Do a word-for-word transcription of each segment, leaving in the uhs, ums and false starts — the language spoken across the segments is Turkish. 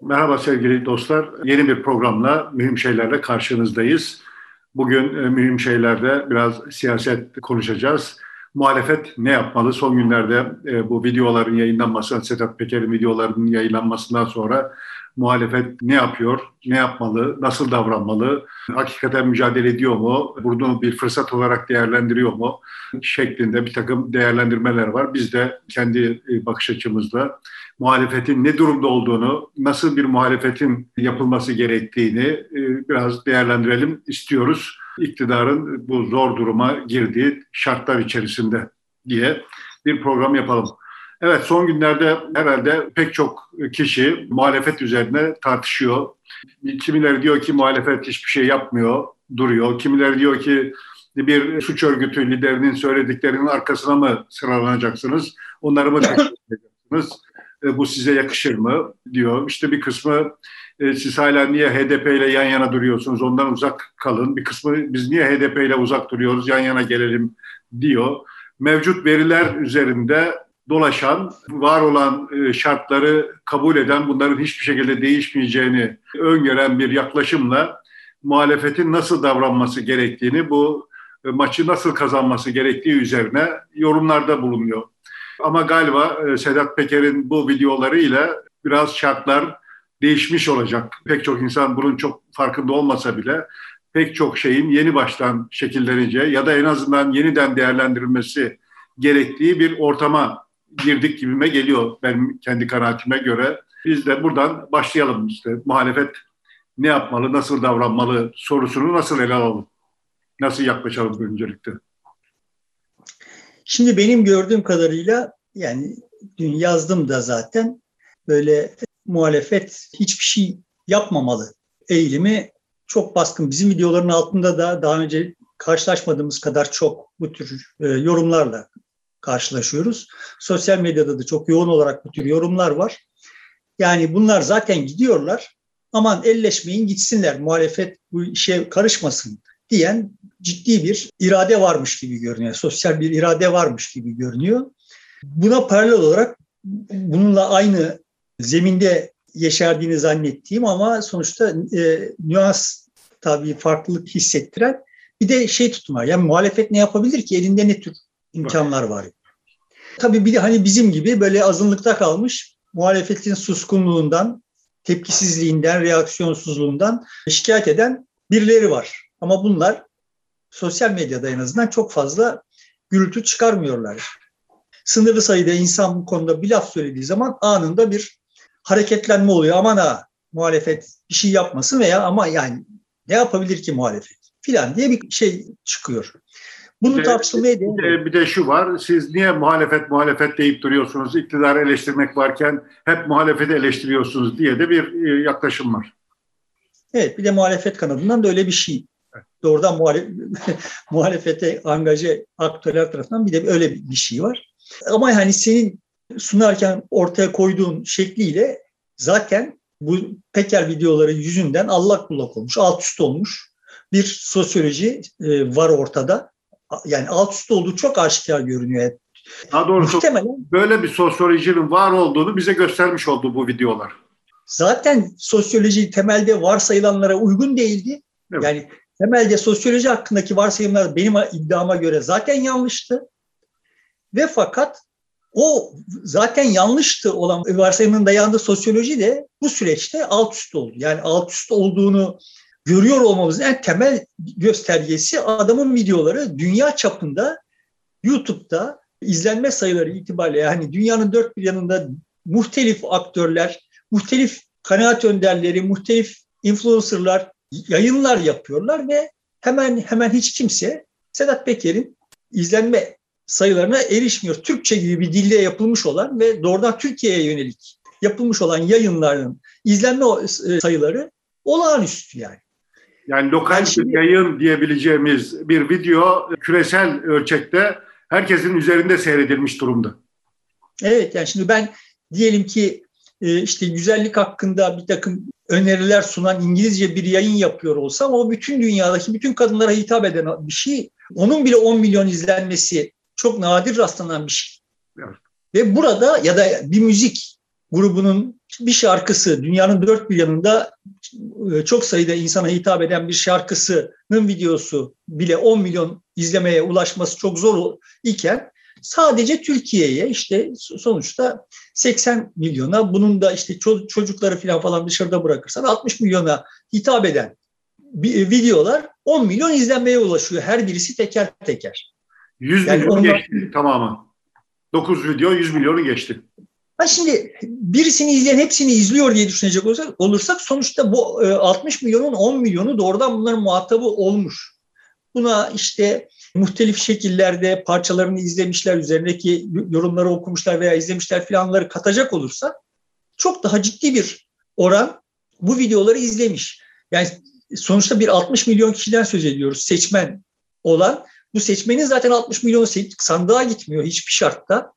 Merhaba sevgili dostlar. Yeni bir programla mühim şeylerle karşınızdayız. Bugün e, mühim şeylerde biraz siyaset konuşacağız. Muhalefet ne yapmalı? Son günlerde e, bu videoların yayınlanması, Sedat Peker'in videolarının yayınlanmasından sonra muhalefet ne yapıyor? Ne yapmalı? Nasıl davranmalı? Hakikaten mücadele ediyor mu? Bunu bir fırsat olarak değerlendiriyor mu? Şeklinde bir takım değerlendirmeler var. Biz de kendi e, bakış açımızla muhalefetin ne durumda olduğunu, nasıl bir muhalefetin yapılması gerektiğini e, biraz değerlendirelim istiyoruz. İktidarın bu zor duruma girdiği şartlar içerisinde diye bir program yapalım. Evet, son günlerde herhalde pek çok kişi muhalefet üzerine tartışıyor. Kimileri diyor ki muhalefet hiçbir şey yapmıyor, duruyor. Kimileri diyor ki bir suç örgütü liderinin söylediklerinin arkasına mı sıralanacaksınız, onları mı takip edeceksiniz? Bu size yakışır mı diyor. İşte bir kısmı siz hala niye H D P ile yan yana duruyorsunuz, ondan uzak kalın. Bir kısmı biz niye H D P ile uzak duruyoruz, yan yana gelelim diyor. Mevcut veriler üzerinde dolaşan, var olan şartları kabul eden, bunların hiçbir şekilde değişmeyeceğini öngören bir yaklaşımla muhalefetin nasıl davranması gerektiğini, bu maçı nasıl kazanması gerektiği üzerine yorumlarda bulunuyor. Ama galiba Sedat Peker'in bu videolarıyla biraz şartlar değişmiş olacak. Pek çok insan bunun çok farkında olmasa bile pek çok şeyin yeni baştan şekilleneceği ya da en azından yeniden değerlendirilmesi gerektiği bir ortama girdik gibime geliyor benim kendi kanaatime göre. Biz de buradan başlayalım işte. Muhalefet ne yapmalı, nasıl davranmalı sorusunu nasıl ele alalım? Nasıl yaklaşalım öncelikle? Şimdi benim gördüğüm kadarıyla, yani dün yazdım da zaten, böyle muhalefet hiçbir şey yapmamalı eğilimi çok baskın. Bizim videoların altında da daha önce karşılaşmadığımız kadar çok bu tür e, yorumlarla karşılaşıyoruz. Sosyal medyada da çok yoğun olarak bu tür yorumlar var. Yani bunlar zaten gidiyorlar. Aman elleşmeyin, gitsinler, muhalefet bu işe karışmasın diyen ciddi bir irade varmış gibi görünüyor. Sosyal bir irade varmış gibi görünüyor. Buna paralel olarak bununla aynı zeminde yeşerdiğini zannettiğim ama sonuçta e, nüans, tabii farklılık hissettiren bir de şey tutum var. Yani muhalefet ne yapabilir ki? Elinde ne tür imkanlar var? Tabii bir de hani bizim gibi böyle azınlıkta kalmış, muhalefetin suskunluğundan, tepkisizliğinden, reaksiyonsuzluğundan şikayet eden birileri var. Ama bunlar sosyal medyada en azından çok fazla gürültü çıkarmıyorlar. Sınırlı sayıda insan bu konuda bir laf söylediği zaman anında bir hareketlenme oluyor. Aman ha, muhalefet bir şey yapmasın veya ama yani ne yapabilir ki muhalefet filan diye bir şey çıkıyor. Bunu bir tartışılmaya değer. Bir de, bir de şu var, siz niye muhalefet muhalefet deyip duruyorsunuz, iktidarı eleştirmek varken hep muhalefeti eleştiriyorsunuz diye de bir yaklaşım var. Evet, bir de muhalefet kanadından da öyle bir şey. Doğrudan muhalef muhalefete angaje aktörler tarafından bir de öyle bir şey var. Ama yani senin sunarken ortaya koyduğun şekliyle zaten bu Peker videoları yüzünden allak bullak olmuş, alt üst olmuş bir sosyoloji var ortada. Yani alt üst olduğu çok aşikar görünüyor. Daha doğrusu muhtemelen böyle bir sosyolojinin var olduğunu bize göstermiş oldu bu videolar. Zaten sosyoloji temelde varsayılanlara uygun değildi. Evet. Yani temelde sosyoloji hakkındaki varsayımlar benim iddiama göre zaten yanlıştı. Ve fakat o zaten yanlıştı olan varsayımın dayandığı sosyoloji de bu süreçte alt üst oldu. Yani alt üst olduğunu görüyor olmamızın en temel göstergesi adamın videoları dünya çapında YouTube'da izlenme sayıları itibariyle, yani dünyanın dört bir yanında muhtelif aktörler, muhtelif kanaat önderleri, muhtelif influencerlar yayınlar yapıyorlar ve hemen hemen hiç kimse Sedat Peker'in izlenme sayılarına erişmiyor. Türkçe gibi bir dilde yapılmış olan ve doğrudan Türkiye'ye yönelik yapılmış olan yayınların izlenme sayıları olağanüstü yani. Yani lokal yani şimdi, yayın diyebileceğimiz bir video küresel ölçekte herkesin üzerinde seyredilmiş durumda. Evet, yani şimdi ben diyelim ki işte güzellik hakkında bir takım öneriler sunan İngilizce bir yayın yapıyor olsam, o bütün dünyadaki bütün kadınlara hitap eden bir şey. Onun bile on milyon izlenmesi çok nadir rastlanan bir şey. Evet. Ve burada ya da bir müzik grubunun bir şarkısı, dünyanın dört bir yanında çok sayıda insana hitap eden bir şarkısının videosu bile on milyon izlemeye ulaşması çok zor iken sadece Türkiye'ye işte sonuçta seksen milyona, bunun da işte çocukları falan falan dışarıda bırakırsan altmış milyona hitap eden videolar on milyon izlenmeye ulaşıyor. Her birisi teker teker. yüz yani milyonu onlar... geçti tamamen. dokuz video yüz milyonu geçti. Ha şimdi birisini izleyen hepsini izliyor diye düşünecek olursak, olursak sonuçta bu altmış milyonun on milyonu doğrudan bunların muhatabı olmuş. Buna işte muhtelif şekillerde parçalarını izlemişler, üzerindeki yorumları okumuşlar veya izlemişler falanları katacak olursa çok daha ciddi bir oran bu videoları izlemiş. Yani sonuçta bir altmış milyon kişiden söz ediyoruz seçmen olan. Bu seçmenin zaten altmış milyonu sandığa gitmiyor hiçbir şartta.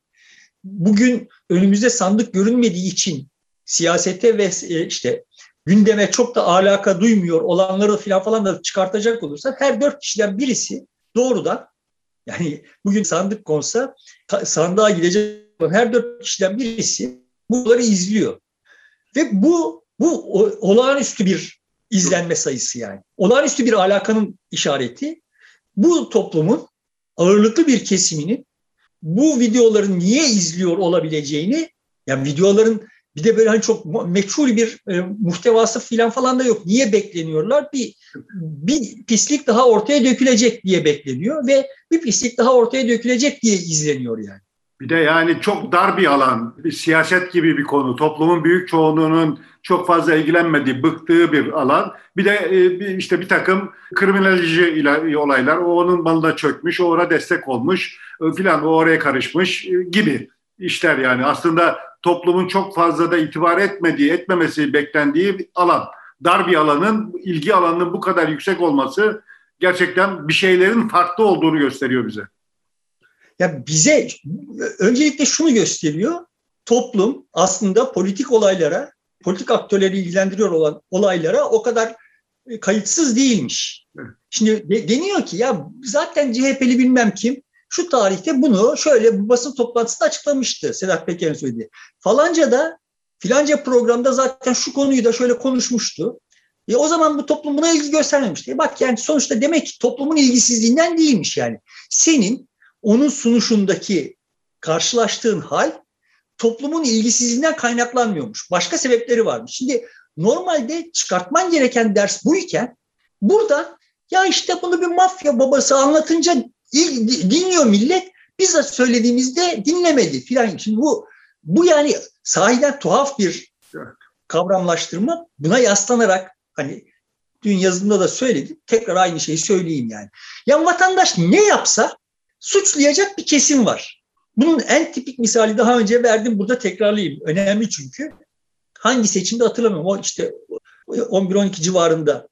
Bugün önümüzde sandık görünmediği için siyasete ve işte gündeme çok da alaka duymuyor olanları falan falan da çıkartacak olursak her dört kişiden birisi doğrudan, yani bugün sandık konsa sandığa gidecek olan her dört kişiden birisi bunları izliyor. Ve bu bu olağanüstü bir izlenme sayısı yani. Olağanüstü bir alakanın işareti. Bu toplumun ağırlıklı bir kesiminin bu videoları niye izliyor olabileceğini, yani videoların bir de böyle hani çok meçhul bir e, muhtevası filan falan da yok. Niye bekleniyorlar? Bir, bir pislik daha ortaya dökülecek diye bekleniyor ve bir pislik daha ortaya dökülecek diye izleniyor yani. Bir de yani çok dar bir alan, bir siyaset gibi bir konu. Toplumun büyük çoğunluğunun çok fazla ilgilenmediği, bıktığı bir alan. Bir de e, işte bir takım kriminalize olaylar, o onun malına çökmüş, o ona destek olmuş filan, o oraya karışmış gibi işler yani. Aslında toplumun çok fazla da itibar etmediği, etmemesi beklendiği bir alan. Dar bir alanın, ilgi alanının bu kadar yüksek olması gerçekten bir şeylerin farklı olduğunu gösteriyor bize. Ya bize öncelikle şunu gösteriyor. Toplum aslında politik olaylara, politik aktörleri ilgilendiriyor olan olaylara o kadar kayıtsız değilmiş. Şimdi de, deniyor ki ya zaten C H P'li bilmem kim şu tarihte bunu şöyle basın toplantısında açıklamıştı. Sedat Peker'in söylediği. Falanca da filanca programda zaten şu konuyu da şöyle konuşmuştu. E o zaman bu toplum buna ilgi göstermemişti. E bak yani sonuçta demek ki toplumun ilgisizliğinden değilmiş yani. Senin onun sunuşundaki karşılaştığın hal toplumun ilgisizliğinden kaynaklanmıyormuş. Başka sebepleri varmış. Şimdi normalde çıkartman gereken ders buyken buradan ya işte bunu bir mafya babası anlatınca dinliyor millet. Bizzat söylediğimizde dinlemedi filan. Şimdi bu bu yani sahiden tuhaf bir kavramlaştırma. Buna yaslanarak hani dün yazımda da söyledim. Tekrar aynı şeyi söyleyeyim yani. Ya vatandaş ne yapsa suçlayacak bir kesim var. Bunun en tipik misali daha önce verdim. Burada tekrarlayayım. Önemli çünkü. Hangi seçimde hatırlamıyorum. O işte on bir on iki civarında.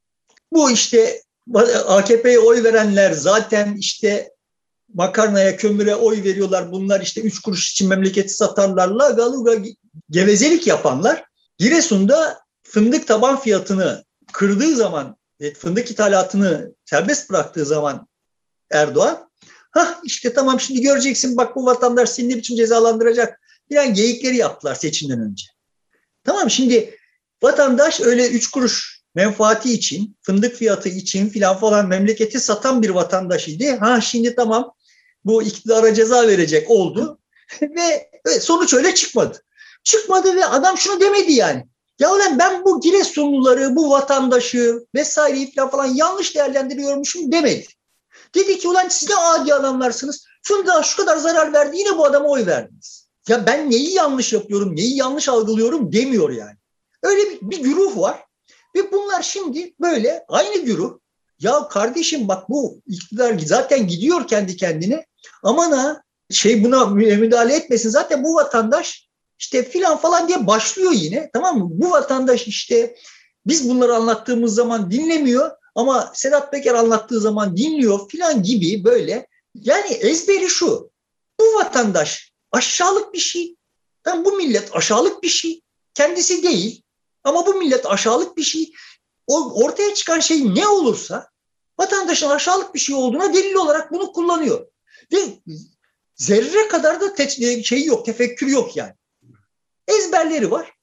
Bu işte A K P'ye oy verenler zaten işte makarnaya, kömüre oy veriyorlar. Bunlar işte üç kuruş için memleketi satarlarla galuga gevezelik yapanlar. Giresun'da fındık taban fiyatını kırdığı zaman, fındık ithalatını serbest bıraktığı zaman Erdoğan, ha işte tamam şimdi göreceksin bak bu vatandaş seni ne biçim cezalandıracak filan geyikleri yaptılar seçimden önce. Tamam şimdi vatandaş öyle üç kuruş menfaati için, fındık fiyatı için filan falan memleketi satan bir vatandaş idi. Ha şimdi tamam bu iktidara ceza verecek oldu ve sonuç öyle çıkmadı. Çıkmadı ve adam şunu demedi yani. Ya ulan ben bu Giresunluları, bu vatandaşı vesaireyi falan falan yanlış değerlendiriyormuşum demedi. Dedi ki ulan siz de adi adamlarsınız. Fındığa şu kadar zarar verdi yine bu adama oy verdiniz. Ya ben neyi yanlış yapıyorum, neyi yanlış algılıyorum demiyor yani. Öyle bir, bir güruh var. Ve bunlar şimdi böyle aynı güruh. Ya kardeşim bak bu iktidar zaten gidiyor kendi kendine. Aman ha şey buna müdahale etmesin. Zaten bu vatandaş işte filan falan diye başlıyor yine. Tamam mı? Bu vatandaş işte biz bunları anlattığımız zaman dinlemiyor. Ama Sedat Peker anlattığı zaman dinliyor filan gibi böyle. Yani ezberi şu. Bu vatandaş aşağılık bir şey. Yani bu millet aşağılık bir şey. Kendisi değil. Ama bu millet aşağılık bir şey. O ortaya çıkan şey ne olursa vatandaşın aşağılık bir şey olduğuna delil olarak bunu kullanıyor. Ve zerre kadar da te- şey yok, tefekkür yok yani. Ezberleri var.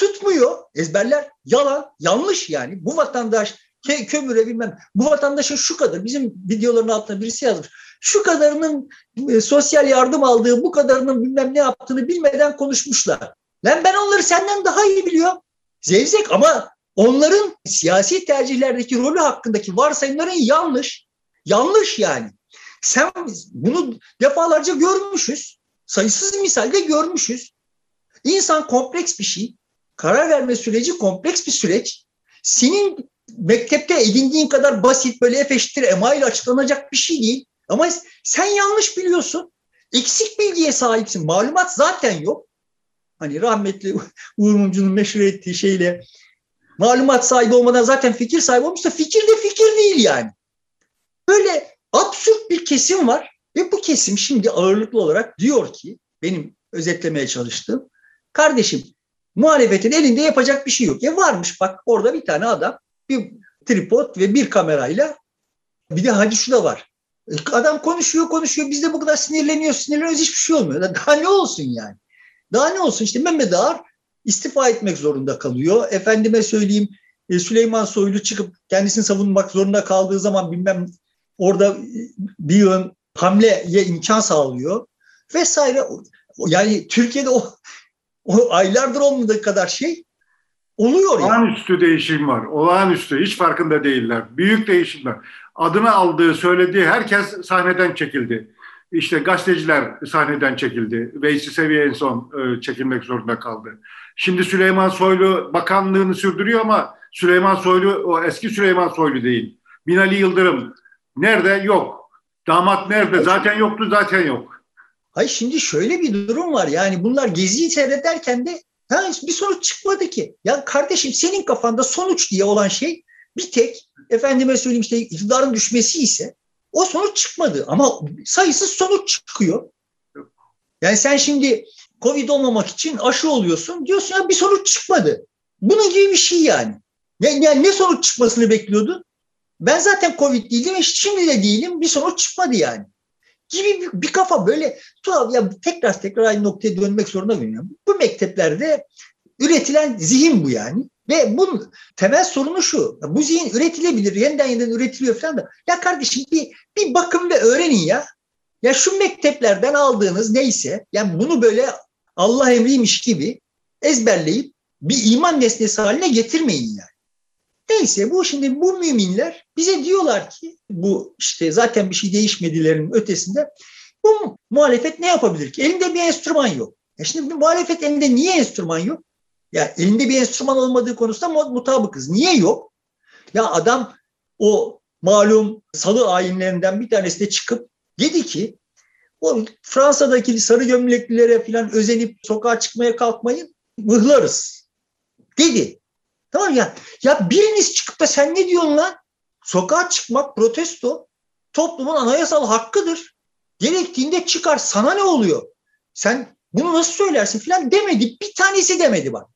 Tutmuyor. Ezberler yalan, yanlış yani. Bu vatandaş ke- kömüre bilmem. Bu vatandaşın şu kadar, bizim videoların altına birisi yazmış. Şu kadarının e, sosyal yardım aldığı, bu kadarının bilmem ne yaptığını bilmeden konuşmuşlar. Lan ben onları senden daha iyi biliyorum. Zevzek, ama onların siyasi tercihlerdeki rolü hakkındaki varsayımların yanlış. Yanlış yani. Sen bunu defalarca görmüşüz. Sayısız misalde görmüşüz. İnsan kompleks bir şey. Karar verme süreci kompleks bir süreç. Senin mektepte edindiğin kadar basit, böyle F eşittir M A ile açıklanacak bir şey değil. Ama sen yanlış biliyorsun. Eksik bilgiye sahipsin. Malumat zaten yok. Hani rahmetli Uğur Mumcu'nun meşhur ettiği şeyle, malumat sahibi olmadan zaten fikir sahibi olmuşsa fikir de fikir değil yani. Böyle absürt bir kesim var ve bu kesim şimdi ağırlıklı olarak diyor ki, benim özetlemeye çalıştığım, kardeşim muhalefetin elinde yapacak bir şey yok. Ya varmış bak, orada bir tane adam bir tripod ve bir kamerayla, bir de hadi şu da var. Adam konuşuyor konuşuyor, biz de bu kadar sinirleniyor sinirleniyoruz, hiçbir şey olmuyor. Daha ne olsun yani? Daha ne olsun işte, Mehmet Ağar istifa etmek zorunda kalıyor. Efendime söyleyeyim, Süleyman Soylu çıkıp kendisini savunmak zorunda kaldığı zaman bilmem orada bir yön hamleye imkan sağlıyor vesaire. Yani Türkiye'de o, o aylardır olmadığı kadar şey oluyor yani. Olağanüstü değişim var. Olağanüstü. Hiç farkında değiller. Büyük değişimler. Adını aldığı, söylediği herkes sahneden çekildi. İşte gazeteciler sahneden çekildi. Veysi Seviye en son e, çekilmek zorunda kaldı. Şimdi Süleyman Soylu bakanlığını sürdürüyor ama Süleyman Soylu o eski Süleyman Soylu değil. Binali Yıldırım nerede? Yok. Damat nerede? Zaten yoktu, zaten yok. Hayır, şimdi şöyle bir durum var. Yani bunlar Gezi'yi seyrederken de ha, bir sonuç çıkmadı ki. Ya kardeşim, senin kafanda sonuç diye olan şey bir tek, efendime söyleyeyim işte iktidarın düşmesi ise o sonuç çıkmadı. Ama sayısız sonuç çıkıyor. Yani sen şimdi Covid olmamak için aşı oluyorsun. Diyorsun ya bir sonuç çıkmadı. Bunun gibi bir şey yani. Yani, yani ne sonuç çıkmasını bekliyordun? Ben zaten Covid değildim ve şimdi de değilim. Bir sonuç çıkmadı yani. Gibi bir, bir kafa böyle tuhaf. Ya tekrar tekrar aynı noktaya dönmek zorunda mıyım? Bu mekteplerde üretilen zihin bu yani. Ve bunun temel sorunu şu. Bu zihin üretilebilir, yeniden yeniden üretiliyor falan da. Ya kardeşim bir, bir bakın ve öğrenin ya. Ya şu mekteplerden aldığınız neyse, yani bunu böyle Allah emriymiş gibi ezberleyip bir iman nesnesi haline getirmeyin yani. Neyse, bu şimdi bu müminler bize diyorlar ki, bu işte zaten bir şey değişmedilerin ötesinde, bu muhalefet ne yapabilir ki? Elinde bir enstrüman yok. E şimdi bu muhalefet elinde niye enstrüman yok? Ya elinde bir enstrüman olmadığı konusunda mutabıkız. Niye yok? Ya adam o malum salı ayinlerinden bir tanesi de çıkıp dedi ki, o Fransa'daki sarı gömleklilere falan özenip sokağa çıkmaya kalkmayın, mıhlarız dedi. Tamam ya. Ya biriniz çıkıp da sen ne diyorsun lan? Sokağa çıkmak, protesto toplumun anayasal hakkıdır. Gerektiğinde çıkar. Sana ne oluyor? Sen bunu nasıl söylersin falan demedi. Bir tanesi demedi bak.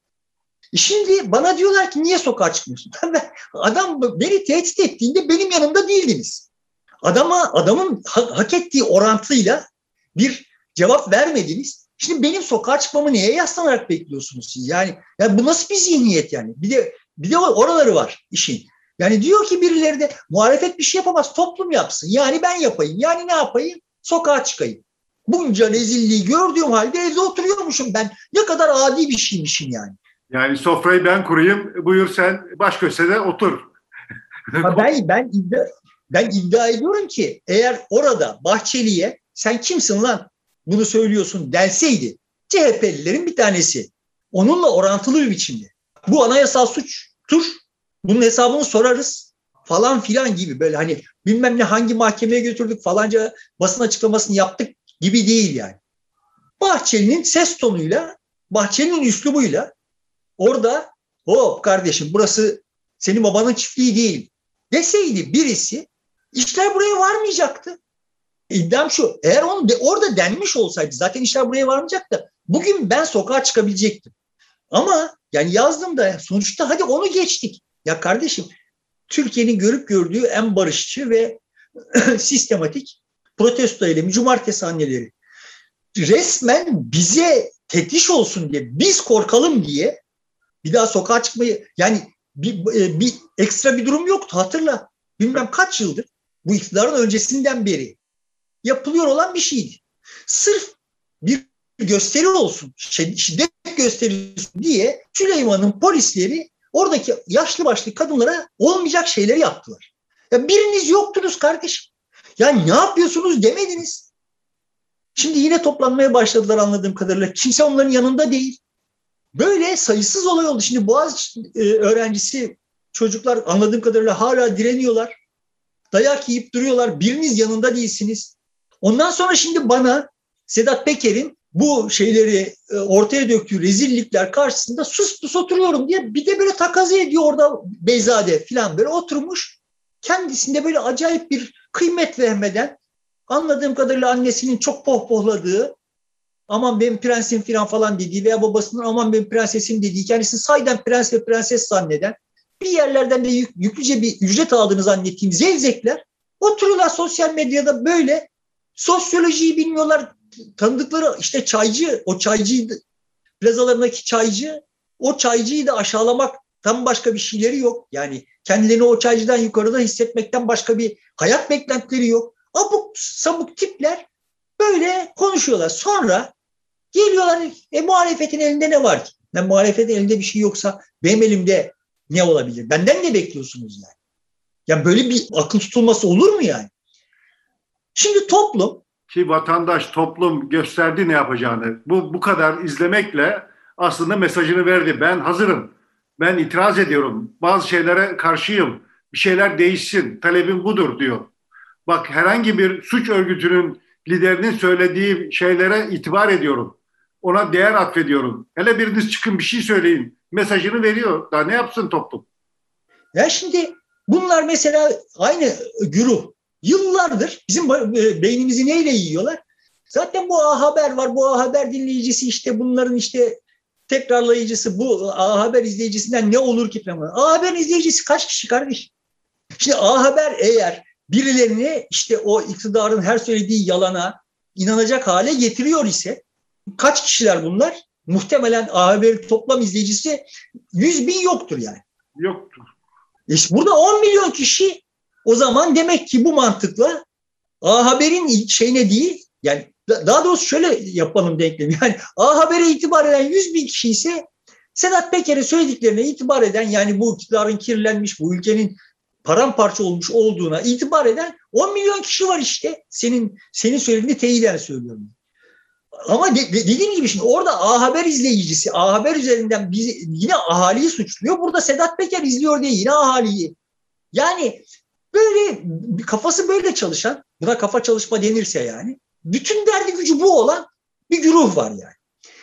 Şimdi bana diyorlar ki niye sokağa çıkmıyorsun? Adam beni tehdit ettiğinde benim yanımda değildiniz. Adama, adamın hak ettiği orantıyla bir cevap vermediniz. Şimdi benim sokağa çıkmamı neye yaslanarak bekliyorsunuz siz? Yani, yani bu nasıl bir zihniyet yani? Bir de bir de oraları var işin. Yani diyor ki birileri de muhalefet bir şey yapamaz, toplum yapsın. Yani ben yapayım. Yani ne yapayım? Sokağa çıkayım. Bunca rezilliği gördüğüm halde evde oturuyormuşum ben. Ne kadar adi bir şeymişim yani. Yani sofrayı ben kurayım, buyur sen baş köşede otur. ben ben iddia, ben iddia ediyorum ki eğer orada Bahçeli'ye sen kimsin lan bunu söylüyorsun denseydi, C H P'lilerin bir tanesi onunla orantılı bir biçimde bu anayasal suçtur, bunun hesabını sorarız falan filan gibi, böyle hani bilmem ne hangi mahkemeye götürdük falanca basın açıklamasını yaptık gibi değil yani. Bahçeli'nin ses tonuyla, Bahçeli'nin üslubuyla orada hop kardeşim burası senin babanın çiftliği değil deseydi birisi, işler buraya varmayacaktı. İddiam şu, eğer onu de, orada denmiş olsaydı zaten işler buraya varmayacaktı. Bugün ben sokağa çıkabilecektim. Ama yani yazdım da sonuçta hadi onu geçtik. Ya kardeşim, Türkiye'nin görüp gördüğü en barışçı ve sistematik protesto eylemi cumartesi anneleri. Resmen bize tetiş olsun diye, biz korkalım diye Bir daha sokağa çıkmayı, yani bir, bir ekstra bir durum yoktu, hatırla. Bilmem kaç yıldır, bu iktidarın öncesinden beri yapılıyor olan bir şeydi. Sırf bir gösteri olsun, şiddet gösterisi diye Süleyman'ın polisleri oradaki yaşlı başlı kadınlara olmayacak şeyleri yaptılar. Ya biriniz yoktunuz kardeşim. Ya ne yapıyorsunuz demediniz. Şimdi yine toplanmaya başladılar anladığım kadarıyla. Kimse onların yanında değil. Böyle sayısız olay oldu. Şimdi Boğaziçi e, öğrencisi çocuklar anladığım kadarıyla hala direniyorlar. Dayak yiyip duruyorlar. Biriniz yanında değilsiniz. Ondan sonra şimdi bana Sedat Peker'in bu şeyleri e, ortaya döktüğü rezillikler karşısında sus pus oturuyorum diye bir de böyle takaza ediyor orada Beyzade falan böyle oturmuş. Kendisinde böyle acayip bir kıymet vermeden, anladığım kadarıyla annesinin çok pohpohladığı, aman benim prensim falan falan dediği veya babasının aman benim prensesim dediği, kendisini sayeden prens ve prenses zanneden, bir yerlerden de yük, yüklüce bir ücret aldığını zannettiğim zevzekler oturuyorlar sosyal medyada böyle, sosyolojiyi bilmiyorlar, tanıdıkları işte çaycı, o çaycıydı, plazalarındaki çaycı, o çaycıyı da aşağılamaktan başka bir şeyleri yok. Yani kendilerini o çaycıdan yukarıda hissetmekten başka bir hayat beklentileri yok. Abuk sabuk tipler böyle konuşuyorlar. Sonra geliyorlar, e, muhalefetin elinde ne var ki? Yani muhalefetin elinde bir şey yoksa benim elimde ne olabilir? Benden de bekliyorsunuz yani. Ya böyle bir akıl tutulması olur mu yani? Şimdi toplum, ki vatandaş, toplum gösterdi ne yapacağını. Bu bu kadar izlemekle aslında mesajını verdi. Ben hazırım. Ben itiraz ediyorum. Bazı şeylere karşıyım. Bir şeyler değişsin. Talebim budur diyor. Bak, herhangi bir suç örgütünün liderinin söylediği şeylere itibar ediyorum. Ona değer atfediyorum. Hele biriniz çıkın bir şey söyleyin. Mesajını veriyor. Daha ne yapsın toplum? ya şimdi bunlar mesela aynı güruh. Yıllardır bizim beynimizi neyle yiyorlar? Zaten bu A Haber var. Bu A Haber dinleyicisi işte bunların işte tekrarlayıcısı, bu A Haber izleyicisinden ne olur ki falan. A Haber izleyicisi kaç kişi kardeş? Şimdi A Haber eğer birilerini işte o iktidarın her söylediği yalana inanacak hale getiriyor ise kaç kişiler bunlar? Muhtemelen A Haber'in toplam izleyicisi yüz bin yoktur yani. Yoktur. İşte burada on milyon kişi, o zaman demek ki bu mantıkla A Haber'in şeyine değil, yani daha doğrusu şöyle yapalım denklemi. Yani A Haber'e itibar eden yüz bin kişi ise Sedat Peker'e söylediklerine itibar eden, yani bu iktidarın kirlenmiş, bu ülkenin paramparça olmuş olduğuna itibar eden on milyon kişi var işte. Senin senin söylediğini teyiden söylüyorum. Ama de, de, dediğim gibi şimdi orada A Haber izleyicisi A Haber üzerinden bizi, yine ahaliyi suçluyor. Burada Sedat Peker izliyor diye yine ahaliyi. Yani böyle kafası böyle çalışan, buna kafa çalışma denirse yani, bütün derdi gücü bu olan bir güruh var yani.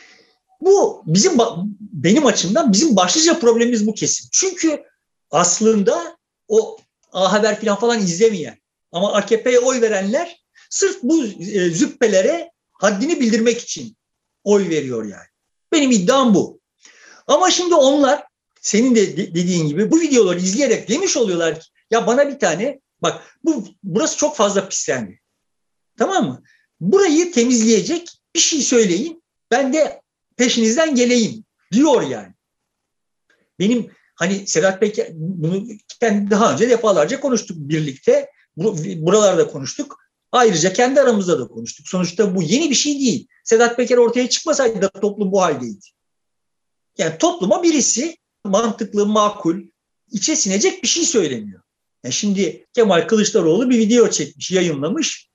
Bu bizim, benim açımdan bizim başlıca problemimiz bu kesim. Çünkü aslında o A Haber falan falan izlemeyen ama A K P'ye oy verenler sırf bu e, züppelere haddini bildirmek için oy veriyor yani. Benim iddiam bu. Ama şimdi onlar senin de dediğin gibi bu videoları izleyerek demiş oluyorlar ki ya bana bir tane, bak bu burası çok fazla pislendi. Tamam mı? Burayı temizleyecek bir şey söyleyin. Ben de peşinizden geleyim diyor yani. Benim hani Sedat Peker, bunu kendi daha önce defalarca konuştuk birlikte. Buralarda konuştuk. Ayrıca kendi aramızda da konuştuk. Sonuçta bu yeni bir şey değil. Sedat Peker ortaya çıkmasaydı da toplum bu haldeydi. Yani topluma birisi mantıklı, makul, içe sinecek bir şey söylemiyor. Yani şimdi Kemal Kılıçdaroğlu bir video çekmiş, yayınlamış.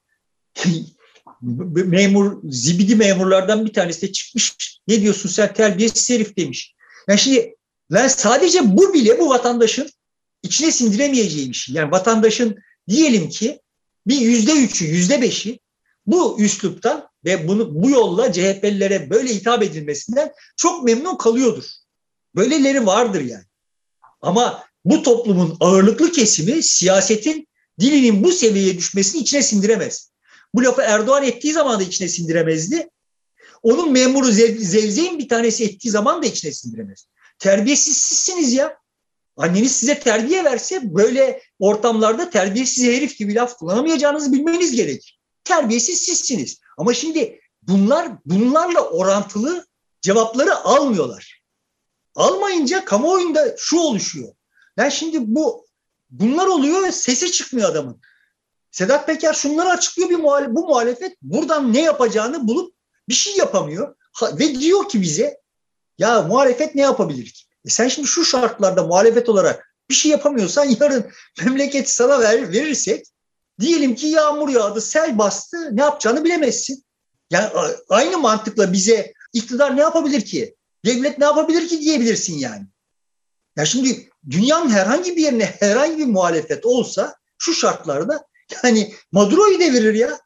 Memur, zibidi memurlardan bir tanesi de çıkmış. Ne diyorsun sen terbiyesiz herif demiş. Yani şimdi ben sadece bu bile bu vatandaşın içine sindiremeyeceği bir şey. Yani vatandaşın diyelim ki bir yüzde üçü, yüzde beşi bu üsluptan ve bunu bu yolla C H P'lilere böyle hitap edilmesinden çok memnun kalıyordur. Böyleleri vardır yani. Ama bu toplumun ağırlıklı kesimi siyasetin dilinin bu seviyeye düşmesini içine sindiremez. Bu lafı Erdoğan ettiği zaman da içine sindiremezdi. Onun memuru Zevzek'in bir tanesi ettiği zaman da içine sindiremez. Terbiyesiz sizsiniz ya. Anneniz size terbiye verse böyle ortamlarda terbiyesiz herif gibi laf kullanamayacağınızı bilmeniz gerekir. Terbiyesiz sizsiniz. Ama şimdi bunlar bunlarla orantılı cevapları almıyorlar. Almayınca kamuoyunda şu oluşuyor. Yani şimdi bu bunlar oluyor, sesi çıkmıyor adamın. Sedat Peker şunları açıklıyor, bir muhalefet, bu muhalefet buradan ne yapacağını bulup bir şey yapamıyor. Ha, ve diyor ki bize, ya muhalefet ne yapabilir ki? E sen şimdi şu şartlarda muhalefet olarak bir şey yapamıyorsan yarın memleketi sana ver, verirsek, diyelim ki yağmur yağdı, sel bastı, ne yapacağını bilemezsin. Yani aynı mantıkla bize iktidar ne yapabilir ki? Devlet ne yapabilir ki diyebilirsin yani. Ya şimdi dünyanın herhangi bir yerine herhangi bir muhalefet olsa şu şartlarda yani Maduro'yu devirir ya.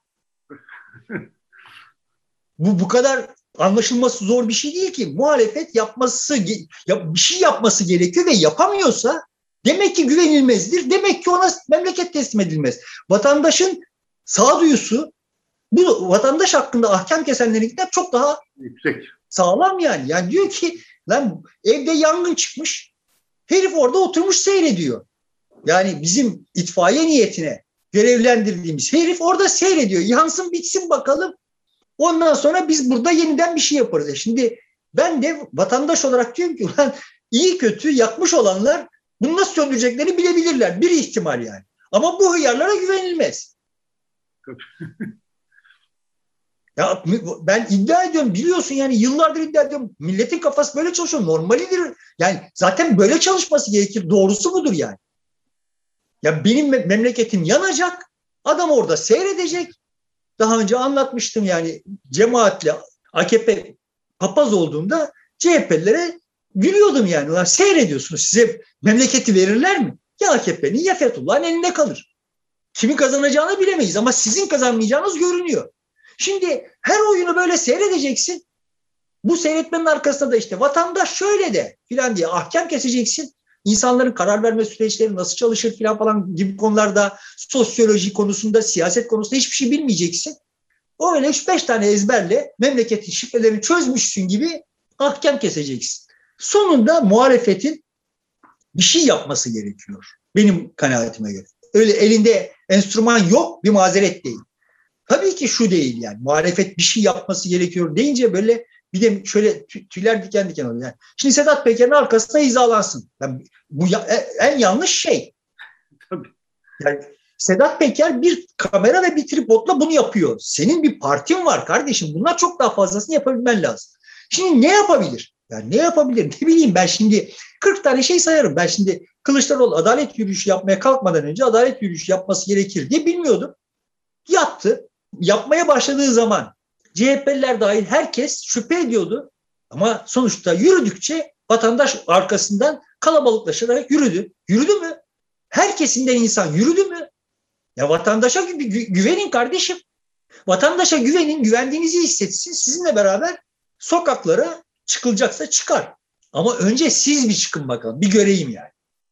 Bu bu kadar anlaşılması zor bir şey değil ki. Muhalefet yapması, bir şey yapması gerekiyor ve yapamıyorsa demek ki güvenilmezdir. Demek ki ona memleket teslim edilmez. Vatandaşın sağduyusu bu vatandaş hakkında ahkam kesenlerinkinden çok daha yüksek. Sağlam yani. Yani diyor ki lan evde yangın çıkmış. Herif orada oturmuş seyrediyor. Yani bizim itfaiye niyetine görevlendirdiğimiz herif orada seyrediyor. Yansın bitsin bakalım. Ondan sonra biz burada yeniden bir şey yaparız. E şimdi ben de vatandaş olarak diyorum ki ulan iyi kötü yakmış olanlar bunu nasıl söndüreceklerini bilebilirler. Bir ihtimal yani. Ama bu hıyarlara güvenilmez. Ya ben iddia ediyorum, biliyorsun yani yıllardır iddia ediyorum. Milletin kafası böyle çalışıyor. Normalidir. Yani zaten böyle çalışması gerekir. Doğrusu budur yani. Ya benim memleketim yanacak. Adam orada seyredecek. Daha önce anlatmıştım yani cemaatle A K P papaz olduğumda C H P'lilere gülüyordum yani. Ulan seyrediyorsunuz, size memleketi verirler mi? Ya A K P'nin ya Fethullah'ın elinde kalır. Kimin kazanacağını bilemeyiz ama sizin kazanmayacağınız görünüyor. Şimdi her oyunu böyle seyredeceksin. Bu seyretmenin arkasında da işte vatandaş şöyle de filan diye ahkam keseceksin. İnsanların karar verme süreçleri nasıl çalışır filan falan gibi konularda, sosyoloji konusunda, siyaset konusunda hiçbir şey bilmeyeceksin. O öyle üç beş tane ezberle memleketin şifrelerini çözmüşsün gibi ahkam keseceksin. Sonunda muhalefetin bir şey yapması gerekiyor. Benim kanaatime göre. Öyle elinde enstrüman yok, bir mazeret değil. Tabii ki şu değil yani. Muhalefet bir şey yapması gerekiyor deyince böyle bir de şöyle tüyler diken diken oluyor. Yani şimdi Sedat Peker'in arkasına hizalansın. Yani bu ya, en yanlış şey. Tabii. Yani Sedat Peker bir kamera ve bir tripodla bunu yapıyor. Senin bir partin var kardeşim. Bunlar çok daha fazlasını yapabilmen lazım. Şimdi ne yapabilir? Yani ne yapabilir? Ne bileyim ben şimdi kırk tane şey sayarım. Ben şimdi Kılıçdaroğlu adalet yürüyüşü yapmaya kalkmadan önce adalet yürüyüşü yapması gerekir diye bilmiyordum. Yaptı. Yapmaya başladığı zaman C H P'liler dahil herkes şüphe ediyordu. Ama sonuçta yürüdükçe vatandaş arkasından kalabalıklaşarak yürüdü. Yürüdü mü? Herkesinden insan yürüdü mü? Ya vatandaşa gü- güvenin kardeşim. Vatandaşa güvenin, güvendiğinizi hissetsin. Sizinle beraber sokaklara çıkılacaksa çıkar. Ama önce siz bir çıkın bakalım. Bir göreyim yani.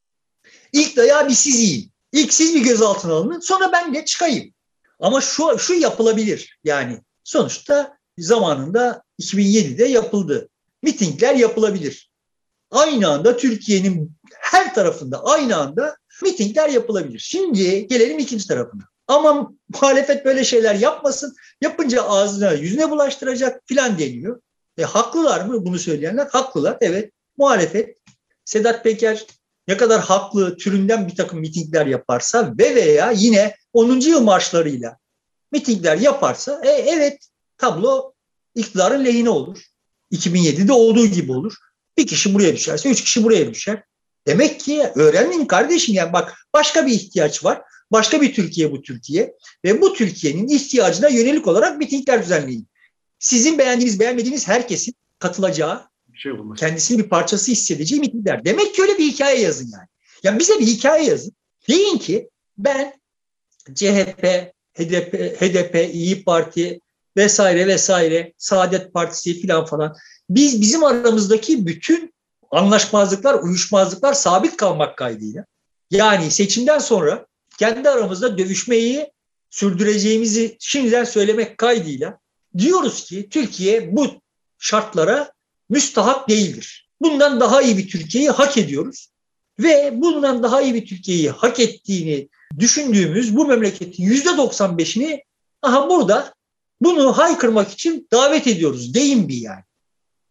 İlk dayağı bir siz yiyin. İlk siz bir gözaltına alın. Sonra ben de çıkayım. Ama şu, şu yapılabilir. Yani sonuçta zamanında iki bin yedide yapıldı. Mitingler yapılabilir. Aynı anda Türkiye'nin her tarafında aynı anda mitingler yapılabilir. Şimdi gelelim ikinci tarafına. Ama muhalefet böyle şeyler yapmasın. Yapınca ağzına yüzüne bulaştıracak filan deniyor. E, haklılar mı bunu söyleyenler? Haklılar. Evet. Muhalefet Sedat Peker ne kadar haklı türünden bir takım mitingler yaparsa ve veya yine onuncu yıl marşlarıyla mitingler yaparsa e, evet tablo iktidarın lehine olur. iki bin yedide olduğu gibi olur. Bir kişi buraya düşerse üç kişi buraya düşer. Demek ki öğrenin kardeşim yani bak başka bir ihtiyaç var. Başka bir Türkiye bu Türkiye ve bu Türkiye'nin ihtiyacına yönelik olarak mitingler düzenleyin. Sizin beğendiğiniz beğenmediğiniz herkesin katılacağı, bir şey kendisinin bir parçası hissedeceği mitingler. Demek ki öyle bir hikaye yazın yani. Yani bize bir hikaye yazın. Deyin ki ben C H P, H D P, H D P, İYİ Parti vesaire vesaire, Saadet Partisi filan falan. Biz bizim aramızdaki bütün anlaşmazlıklar, uyuşmazlıklar sabit kalmak kaydıyla. Yani seçimden sonra kendi aramızda dövüşmeyi sürdüreceğimizi şimdiden söylemek kaydıyla diyoruz ki Türkiye bu şartlara müstahak değildir. Bundan daha iyi bir Türkiye'yi hak ediyoruz. Ve bundan daha iyi bir Türkiye'yi hak ettiğini düşündüğümüz bu memleketin yüzde doksan beşini aha burada bunu haykırmak için davet ediyoruz deyin bir yani.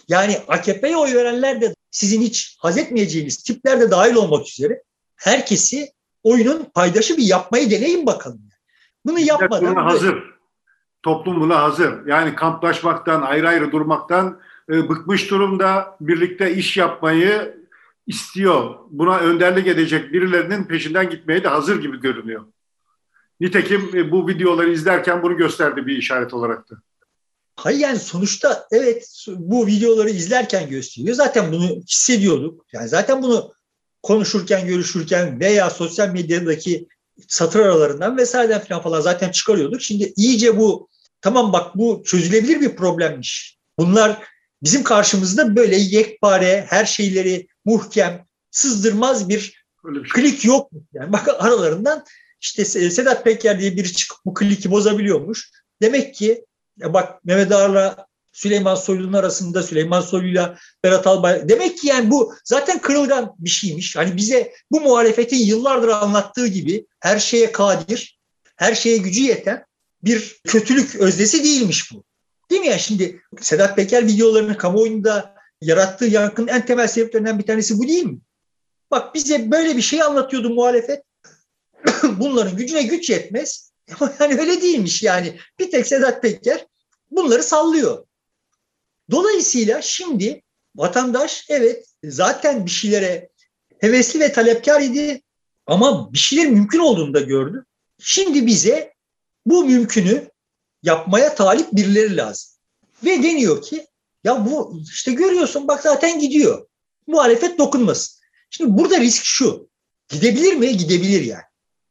Yani A K P'ye oy verenler de sizin hiç haz etmeyeceğiniz tipler de dahil olmak üzere herkesi oyunun paydaşı bir yapmayı deneyin bakalım. Bunu yapmadan... Buna hazır. Toplum buna hazır. Yani kamplaşmaktan, ayrı ayrı durmaktan e, bıkmış durumda, birlikte iş yapmayı istiyor. Buna önderlik edecek birilerinin peşinden gitmeye de hazır gibi görünüyor. Nitekim e, bu videoları izlerken bunu gösterdi bir işaret olarak da. Hayır yani sonuçta evet bu videoları izlerken gösteriyor. Zaten bunu hissediyorduk. Yani zaten bunu konuşurken, görüşürken veya sosyal medyadaki satır aralarından vesaireden falan falan zaten çıkarıyorduk. Şimdi iyice bu tamam bak bu çözülebilir bir problemmiş. Bunlar bizim karşımızda böyle yekpare, her şeyleri muhkem, sızdırmaz bir, bir şey. Klik yok. Yani bak aralarından işte Sedat Peker diye biri çıkıp bu kliki bozabiliyormuş. Demek ki ya bak Mehmet Ağar'la Süleyman Soylu'nun arasında, Süleyman Soylu'yla Berat Albayrak. Demek ki yani bu zaten kırılgan bir şeymiş. Hani bize bu muhalefetin yıllardır anlattığı gibi her şeye kadir, her şeye gücü yeten bir kötülük öznesi değilmiş bu. Değil mi ya? Şimdi Sedat Peker videolarının kamuoyunda yarattığı yankının en temel sebeplerinden bir tanesi bu değil mi? Bak bize böyle bir şey anlatıyordu muhalefet. Bunların gücüne güç yetmez. Yani öyle değilmiş yani. Bir tek Sedat Peker bunları sallıyor. Dolayısıyla şimdi vatandaş evet zaten bir şeylere hevesli ve talepkar idi ama bir şeylerin mümkün olduğunu da gördü. Şimdi bize bu mümkünü yapmaya talip birileri lazım. Ve deniyor ki ya bu işte görüyorsun bak zaten gidiyor. Muhalefet dokunmasın. Şimdi burada risk şu. Gidebilir mi? Gidebilir yani.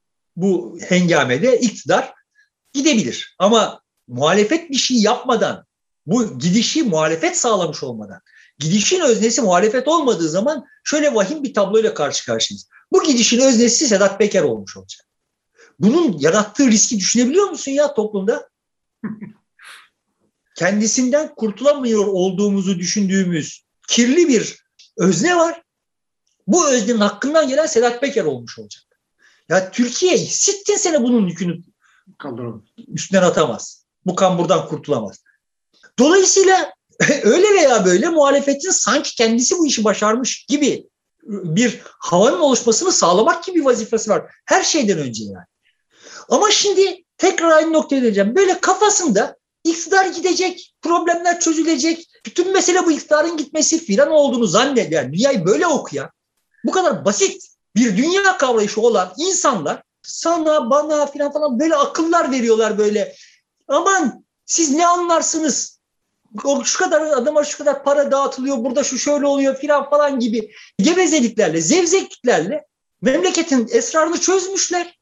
Bu hengamede iktidar gidebilir. Ama muhalefet bir şey yapmadan, bu gidişi muhalefet sağlamış olmadan, gidişin öznesi muhalefet olmadığı zaman şöyle vahim bir tabloyla karşı karşıyayız. Bu gidişin öznesi Sedat Peker olmuş olacak. Bunun yarattığı riski düşünebiliyor musun ya toplumda? Kendisinden kurtulamıyor olduğumuzu düşündüğümüz kirli bir özne var. Bu öznenin hakkından gelen Sedat Peker olmuş olacak. Ya Türkiye sittin sene bunun yükünü üstünden atamaz. Bu kamburdan kurtulamaz. Dolayısıyla öyle veya böyle muhalefetin sanki kendisi bu işi başarmış gibi bir havanın oluşmasını sağlamak gibi bir vazifesi var. Her şeyden önce yani. Ama şimdi tekrar aynı noktaya döneceğim. Böyle kafasında iktidar gidecek, problemler çözülecek, bütün mesele bu iktidarın gitmesi filan olduğunu zannediyor. Yani dünyayı böyle okuyan, bu kadar basit bir dünya kavrayışı olan insanlar sana, bana filan falan böyle akıllar veriyorlar böyle. Aman siz ne anlarsınız? O şu kadar adama şu kadar para dağıtılıyor, burada şu şöyle oluyor filan falan gibi gevezeliklerle, zevzekliklerle memleketin esrarını çözmüşler.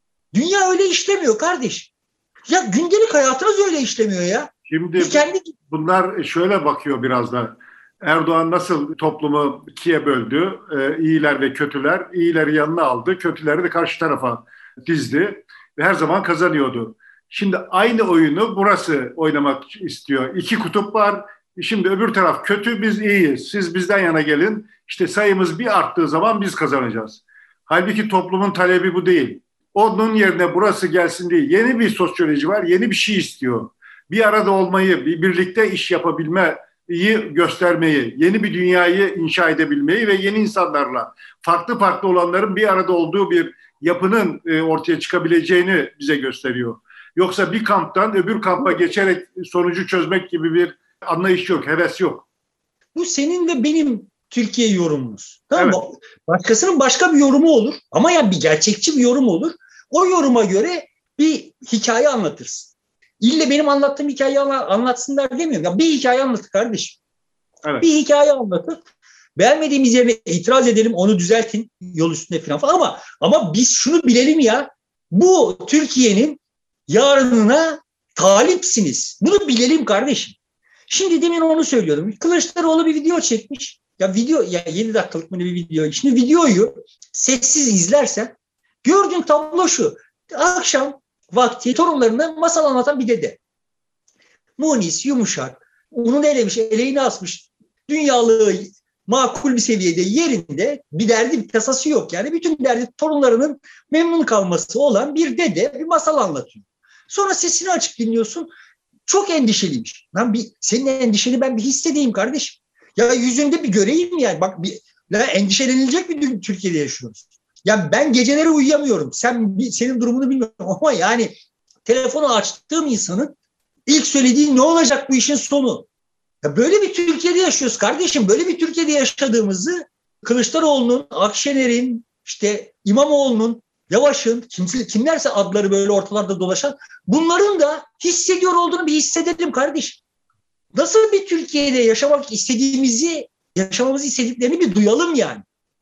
Dünya öyle işlemiyor kardeş. Ya gündelik hayatınız öyle işlemiyor ya. Şimdi kendi... bunlar şöyle bakıyor biraz da. Erdoğan nasıl toplumu ikiye böldü? Ee, iyiler ve kötüler. İyileri yanına aldı, kötüleri de karşı tarafa dizdi. Ve her zaman kazanıyordu. Şimdi aynı oyunu burası oynamak istiyor. İki kutup var. Şimdi öbür taraf kötü, biz iyiyiz. Siz bizden yana gelin. İşte sayımız bir arttığı zaman biz kazanacağız. Halbuki toplumun talebi bu değil. Onun yerine burası gelsin diye yeni bir sosyoloji var, yeni bir şey istiyor. Bir arada olmayı, bir birlikte iş yapabilmeyi göstermeyi, yeni bir dünyayı inşa edebilmeyi ve yeni insanlarla, farklı farklı olanların bir arada olduğu bir yapının ortaya çıkabileceğini bize gösteriyor. Yoksa bir kamptan öbür kampa geçerek sonucu çözmek gibi bir anlayış yok, heves yok. Bu senin ve benim Türkiye yorumumuz. Tamam mı? Evet. Başkasının başka bir yorumu olur ama yani bir gerçekçi bir yorum olur. O yoruma göre bir hikaye anlatırsın. İlle benim anlattığım hikayeyi anlatsınlar demiyorum. Ya bir hikaye anlatır kardeşim. Evet. Bir hikaye anlatır. Beğenmediğimiz yerine itiraz edelim, onu düzeltin yol üstünde falan falan. Ama, ama biz şunu bilelim ya, bu Türkiye'nin yarınına talipsiniz. Bunu bilelim kardeşim. Şimdi demin onu söylüyordum. Kılıçdaroğlu bir video çekmiş. Ya video, ya yedi dakikalık mı bir video. Şimdi videoyu sessiz izlersen gördüğün tablo şu. Akşam vakti torunlarına masal anlatan bir dede. Munis, yumuşak, onun elemiş, eleğini asmış. Dünyalığı makul bir seviyede yerinde, bir derdi, bir tasası yok. Yani bütün derdi torunlarının memnun kalması olan bir dede bir masal anlatıyor. Sonra sesini açık dinliyorsun. Çok endişeliymiş. Lan bir, senin endişeni ben bir hissedeyim kardeşim. Ya yüzünde bir göreyim yani. Bak bir, ya endişelenilecek bir Türkiye'de yaşıyoruz. Ya ben geceleri uyuyamıyorum. Sen senin durumunu bilmiyorum ama yani telefonu açtığım insanın ilk söylediği ne olacak bu işin sonu? Ya böyle bir Türkiye'de yaşıyoruz kardeşim. Böyle bir Türkiye'de yaşadığımızı Kılıçdaroğlu'nun, Akşener'in, işte İmamoğlu'nun, Yavaş'ın, kim, kimlerse adları böyle ortalarda dolaşan bunların da hissediyor olduğunu bir hissedelim kardeşim. Nasıl bir Türkiye'de yaşamak istediğimizi, yaşamamızı istediklerini bir duyalım yani.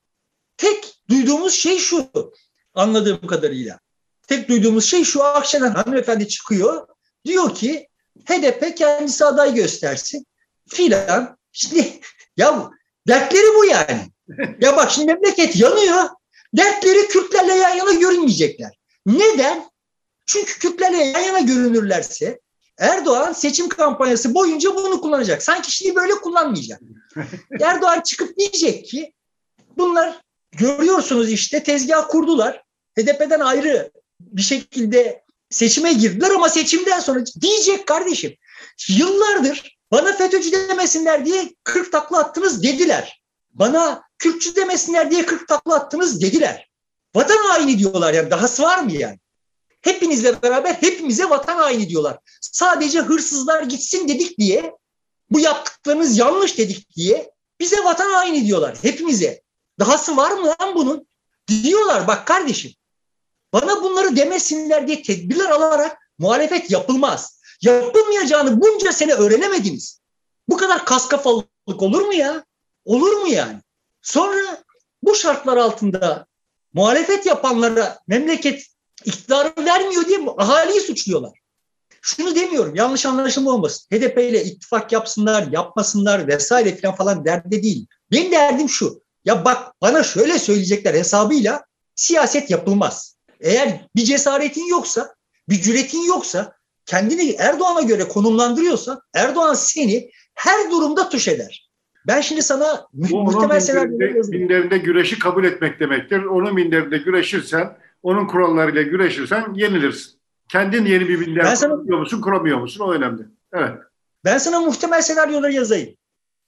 Tek duyduğumuz şey şu, anladığım kadarıyla. Tek duyduğumuz şey şu: Akşener hanımefendi çıkıyor, diyor ki H D P kendisi aday göstersin filan. Şimdi ya dertleri bu yani. Ya bak şimdi memleket yanıyor. Dertleri Kürtlerle yan yana görünmeyecekler. Neden? Çünkü Kürtlerle yan yana görünürlerse Erdoğan seçim kampanyası boyunca bunu kullanacak. Sanki şimdi böyle kullanmayacak. Erdoğan çıkıp diyecek ki bunlar görüyorsunuz işte tezgah kurdular. H D P'den ayrı bir şekilde seçime girdiler ama seçimden sonra diyecek kardeşim yıllardır bana FETÖ'cü demesinler diye kırk takla attınız dediler. Bana Kürtçü demesinler diye kırk takla attınız dediler. Vatan haini diyorlar yani, dahası var mı yani? Hepinizle beraber hepimize vatan haini diyorlar. Sadece hırsızlar gitsin dedik diye, bu yaptıklarınız yanlış dedik diye bize vatan haini diyorlar hepimize. Dahası var mı lan bunun? Diyorlar bak kardeşim. Bana bunları demesinler diye tedbirler alarak muhalefet yapılmaz. Yapılmayacağını bunca sene öğrenemediniz. Bu kadar kas kafalılık olur mu ya? Olur mu yani? Sonra bu şartlar altında muhalefet yapanlara memleket iktidarı vermiyor diye ahaliyi suçluyorlar. Şunu demiyorum, yanlış anlaşılma olmasın. H D P ile ittifak yapsınlar, yapmasınlar vesaire falan falan derdi değil. Benim derdim şu: ya bak bana şöyle söyleyecekler hesabıyla siyaset yapılmaz. Eğer bir cesaretin yoksa, bir cüretin yoksa, kendini Erdoğan'a göre konumlandırıyorsa Erdoğan seni her durumda tuş eder. Ben şimdi sana Bu muhtemel senaryoları minderinde güreşi kabul etmek demektir. Onun minderinde güreşirsen, onun kurallarıyla güreşirsen yenilirsin. Kendin yeni bir minder kuruyor musun, kuramıyor musun? O önemli. Evet. Ben sana muhtemel senaryoları yazayım.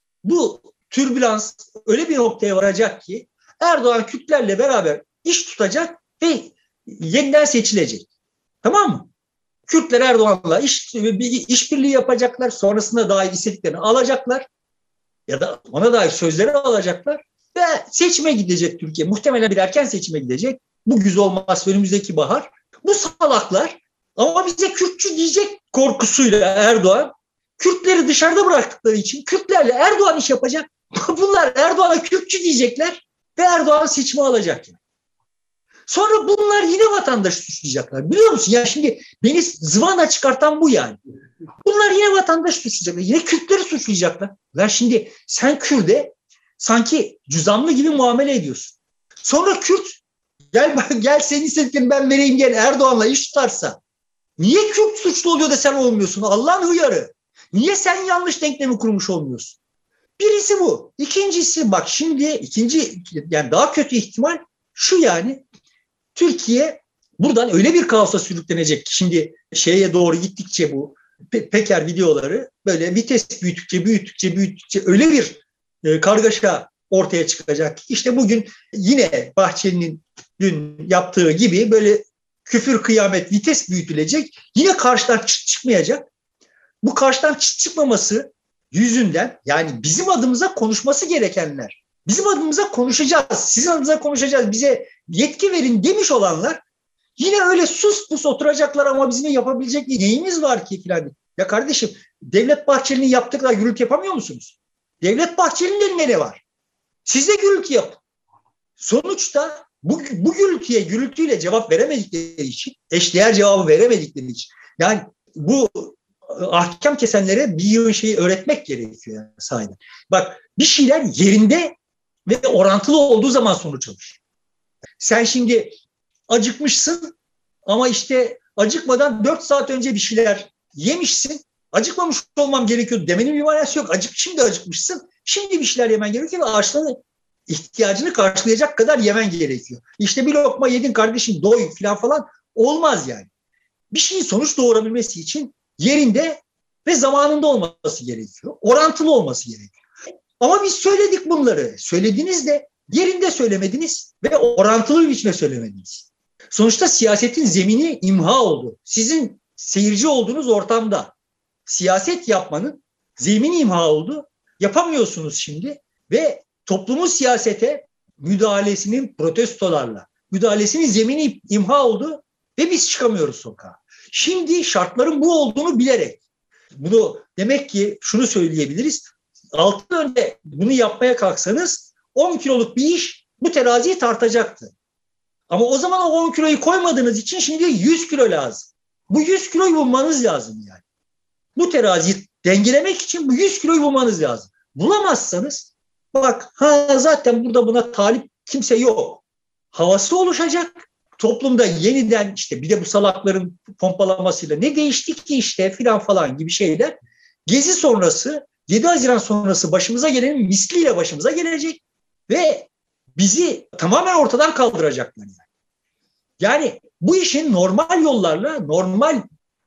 Bu türbülans öyle bir noktaya varacak ki Erdoğan Kürtlerle beraber iş tutacak ve yeniden seçilecek. Tamam mı? Kürtler Erdoğan'la iş, işbirliği yapacaklar. Sonrasında dair istediklerini alacaklar. Ya da ona dair sözleri alacaklar. Ve seçime gidecek Türkiye. Muhtemelen bir erken seçime gidecek. Bu güz olmaz önümüzdeki bahar. Bu salaklar ama bize Kürtçü diyecek korkusuyla Erdoğan Kürtleri dışarıda bıraktıkları için Kürtlerle Erdoğan iş yapacak. Bunlar Erdoğan'a Kürtçü diyecekler ve Erdoğan seçimi alacak. Yani. Sonra bunlar yine vatandaşı suçlayacaklar. Biliyor musun? Ya şimdi beni zıvana çıkartan bu yani. Bunlar yine vatandaşı suçlayacaklar. Yine Kürtleri suçlayacaklar. Lan şimdi sen Kürt'e sanki cüzamlı gibi muamele ediyorsun. Sonra Kürt gel gel senin istediklerini ben vereyim diyen Erdoğan'la iş tutarsa niye Kürt suçlu oluyor da sen olmuyorsun? Allah'ın hıyarı. Niye sen yanlış denklemi kurmuş olmuyorsun? Birisi bu. İkincisi bak şimdi ikinci yani daha kötü ihtimal şu yani Türkiye buradan öyle bir kaosa sürüklenecek ki şimdi şeye doğru gittikçe bu Pe- Peker videoları böyle vites büyüttükçe büyüttükçe büyüttükçe öyle bir e, kargaşa ortaya çıkacak. İşte bugün yine Bahçeli'nin dün yaptığı gibi böyle küfür kıyamet vites büyütülecek. Yine karşıdan çıt çıkmayacak. Bu karşıdan çıt çıkmaması yüzünden yani bizim adımıza konuşması gerekenler, bizim adımıza konuşacağız, sizin adınıza konuşacağız, bize yetki verin demiş olanlar yine öyle sus pus oturacaklar ama bizim yapabilecek neyimiz var ki filan. Ya kardeşim Devlet Bahçeli'nin yaptıkları gürültü yapamıyor musunuz? Devlet Bahçeli'nin elinde ne var? Siz de gürültü yapın. Sonuçta bu, bu gürültüye gürültüyle cevap veremedikleri için, eşdeğer cevabı veremedikleri için yani bu ahkam kesenlere bir yığın şeyi öğretmek gerekiyor yani sahiden. Bak bir şeyler yerinde ve orantılı olduğu zaman sonuç alır. Sen şimdi acıkmışsın ama işte acıkmadan dört saat önce bir şeyler yemişsin. Acıkmamış olmam gerekiyordu demenin bir manası yok. Acık, şimdi acıkmışsın. Şimdi bir şeyler yemen gerekiyor ve açlığını ihtiyacını karşılayacak kadar yemen gerekiyor. İşte bir lokma yedin kardeşim doy falan falan olmaz yani. Bir şeyin sonuç doğurabilmesi için yerinde ve zamanında olması gerekiyor. Orantılı olması gerekiyor. Ama biz söyledik bunları. Söylediniz de yerinde söylemediniz ve orantılı bir biçimde söylemediniz. Sonuçta siyasetin zemini imha oldu. Sizin seyirci olduğunuz ortamda siyaset yapmanın zemini imha oldu. Yapamıyorsunuz şimdi ve toplumun siyasete müdahalesinin protestolarla, müdahalesinin zemini imha oldu ve biz çıkamıyoruz sokağa. Şimdi şartların bu olduğunu bilerek, bunu demek ki şunu söyleyebiliriz, altı yıl önce bunu yapmaya kalksanız on kiloluk bir iş bu teraziyi tartacaktı. Ama o zaman o on kiloyu koymadığınız için şimdi yüz kilo lazım. Bu yüz kiloyu bulmanız lazım yani. Bu teraziyi dengelemek için bu yüz kiloyu bulmanız lazım. Bulamazsanız bak ha zaten burada buna talip kimse yok. Havası oluşacak. Toplumda yeniden işte bir de bu salakların pompalamasıyla ne değişti ki işte filan falan gibi şeyler. Gezi sonrası, yedi Haziran sonrası başımıza gelenin misliyle başımıza gelecek ve bizi tamamen ortadan kaldıracaklar. Yani, yani bu işin normal yollarla, normal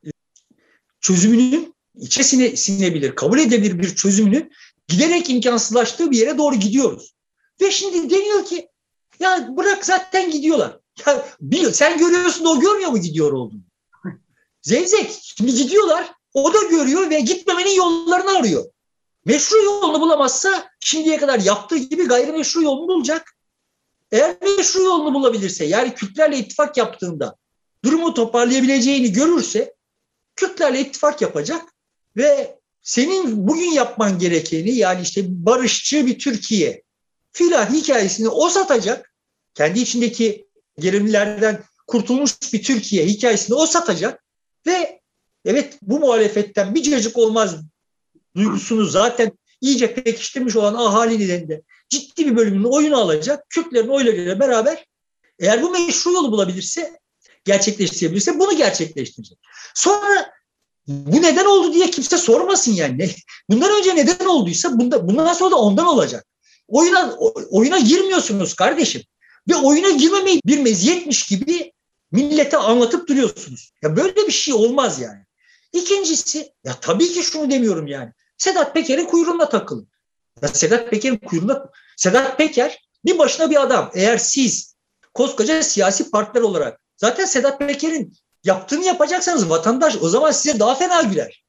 çözümünün içe sine, sinebilir, kabul edebilir bir çözümünün giderek imkansızlaştığı bir yere doğru gidiyoruz. Ve şimdi deniyor ki ya bırak zaten gidiyorlar. Ya biliyor, sen görüyorsun da o görmüyor mu gidiyor olduğunu? Zevzek. Şimdi gidiyorlar. O da görüyor ve gitmemenin yollarını arıyor. Meşru yolunu bulamazsa şimdiye kadar yaptığı gibi gayrimeşru yolunu bulacak. Eğer meşru yolunu bulabilirse, yani Kürtlerle ittifak yaptığında durumu toparlayabileceğini görürse Kürtlerle ittifak yapacak ve senin bugün yapman gerekeni, yani işte barışçı bir Türkiye filan hikayesini o satacak. Kendi içindeki gerilimlerden kurtulmuş bir Türkiye hikayesini o satacak ve evet bu muhalefetten bir cacık olmaz duygusunu zaten iyice pekiştirmiş olan ahalinin de ciddi bir bölümünün oyunu alacak. Kürtlerin oylarıyla beraber eğer bu meşru yolu bulabilirse, gerçekleştirebilirse bunu gerçekleştirecek. Sonra bu neden oldu diye kimse sormasın yani. Bundan önce neden olduysa bunda, bundan sonra da ondan olacak. Oyuna, oyuna girmiyorsunuz kardeşim. Ve oyuna girmemeyi bir meziyetmiş gibi millete anlatıp duruyorsunuz. Ya böyle bir şey olmaz yani. İkincisi, ya tabii ki şunu demiyorum yani. Sedat Peker'in kuyruğuna takılın. Ya Sedat Peker'in kuyruğuna... Sedat Peker bir başına bir adam. Eğer siz koskoca siyasi partiler olarak zaten Sedat Peker'in yaptığını yapacaksanız vatandaş o zaman size daha fena güler.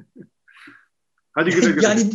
Hadi güle güle. Yani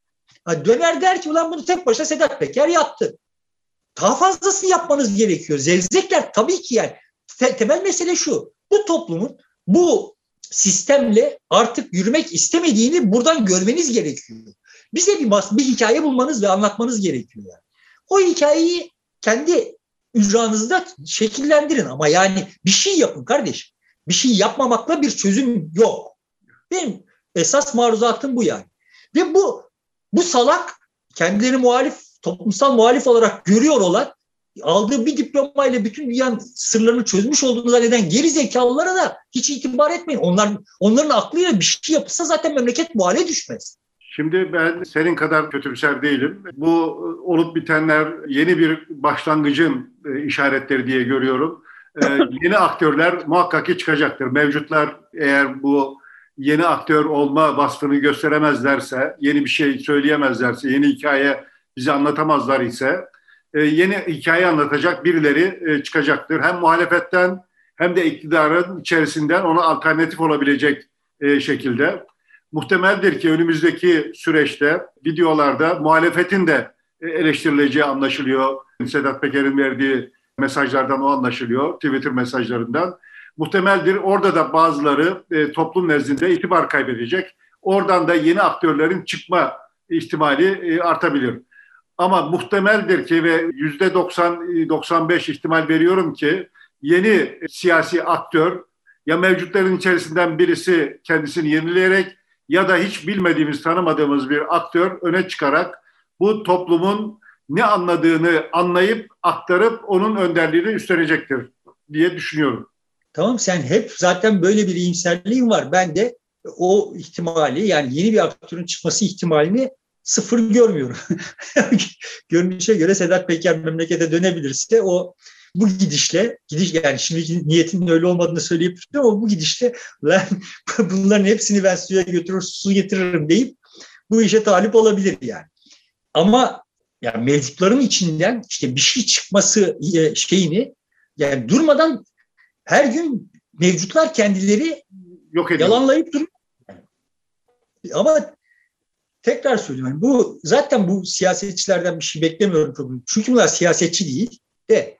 döner der ki ulan bunu tek başına Sedat Peker yaptı. Daha fazlasını yapmanız gerekiyor. Zevzekler tabii ki yani. Te- temel mesele şu. Bu toplumun bu sistemle artık yürümek istemediğini buradan görmeniz gerekiyor. Bize bir, bir hikaye bulmanız ve anlatmanız gerekiyor. Yani. O hikayeyi kendi ücranızda şekillendirin ama yani bir şey yapın kardeşim. Bir şey yapmamakla bir çözüm yok. Benim esas maruzatım bu yani. Ve bu bu salak kendilerini muhalif, toplumsal muhalif olarak görüyor olan, aldığı bir diplomayla bütün dünyanın sırlarını çözmüş olduğunu zanneden geri zekalılara da hiç itibar etmeyin. Onlar, onların aklıyla bir şey yapılsa zaten memleket bu hale düşmez. Şimdi ben senin kadar kötümser değilim. Bu olup bitenler yeni bir başlangıcın işaretleri diye görüyorum. Yeni aktörler muhakkak ki çıkacaktır. Mevcutlar eğer bu yeni aktör olma vasfını gösteremezlerse, yeni bir şey söyleyemezlerse, yeni hikaye bize anlatamazlar ise yeni hikaye anlatacak birileri çıkacaktır. Hem muhalefetten hem de iktidarın içerisinden ona alternatif olabilecek şekilde. Muhtemeldir ki önümüzdeki süreçte videolarda muhalefetin de eleştirileceği anlaşılıyor. Sedat Peker'in verdiği mesajlardan o anlaşılıyor, Twitter mesajlarından. Muhtemeldir orada da bazıları e, toplum nezdinde itibar kaybedecek. Oradan da yeni aktörlerin çıkma ihtimali e, artabilir. Ama muhtemeldir ki ve yüzde doksan doksan beş ihtimal veriyorum ki yeni siyasi aktör ya mevcutların içerisinden birisi kendisini yenileyerek ya da hiç bilmediğimiz, tanımadığımız bir aktör öne çıkarak bu toplumun ne anladığını anlayıp aktarıp onun önderliğini üstlenecektir diye düşünüyorum. Tamam, sen hep zaten böyle bir iyimserliğin var. Ben de o ihtimali, yani yeni bir aktörün çıkması ihtimalini sıfır görmüyorum. Görünüşe göre Sedat Peker memlekete dönebilirse o bu gidişle, gidiş yani şimdiki niyetinin öyle olmadığını söyleyip ama bu gidişle lan bunların hepsini ben suya götürür, su getiririm deyip bu işe talip olabilir yani. Ama yani mevcutların içinden işte bir şey çıkması şeyini yani durmadan her gün mevcutlar kendileri yok ediyor. Yalanlayıp duruyor. Ama tekrar söylüyorum. Yani bu zaten bu siyasetçilerden bir şey beklemiyorum çok. Çünkü bunlar siyasetçi değil de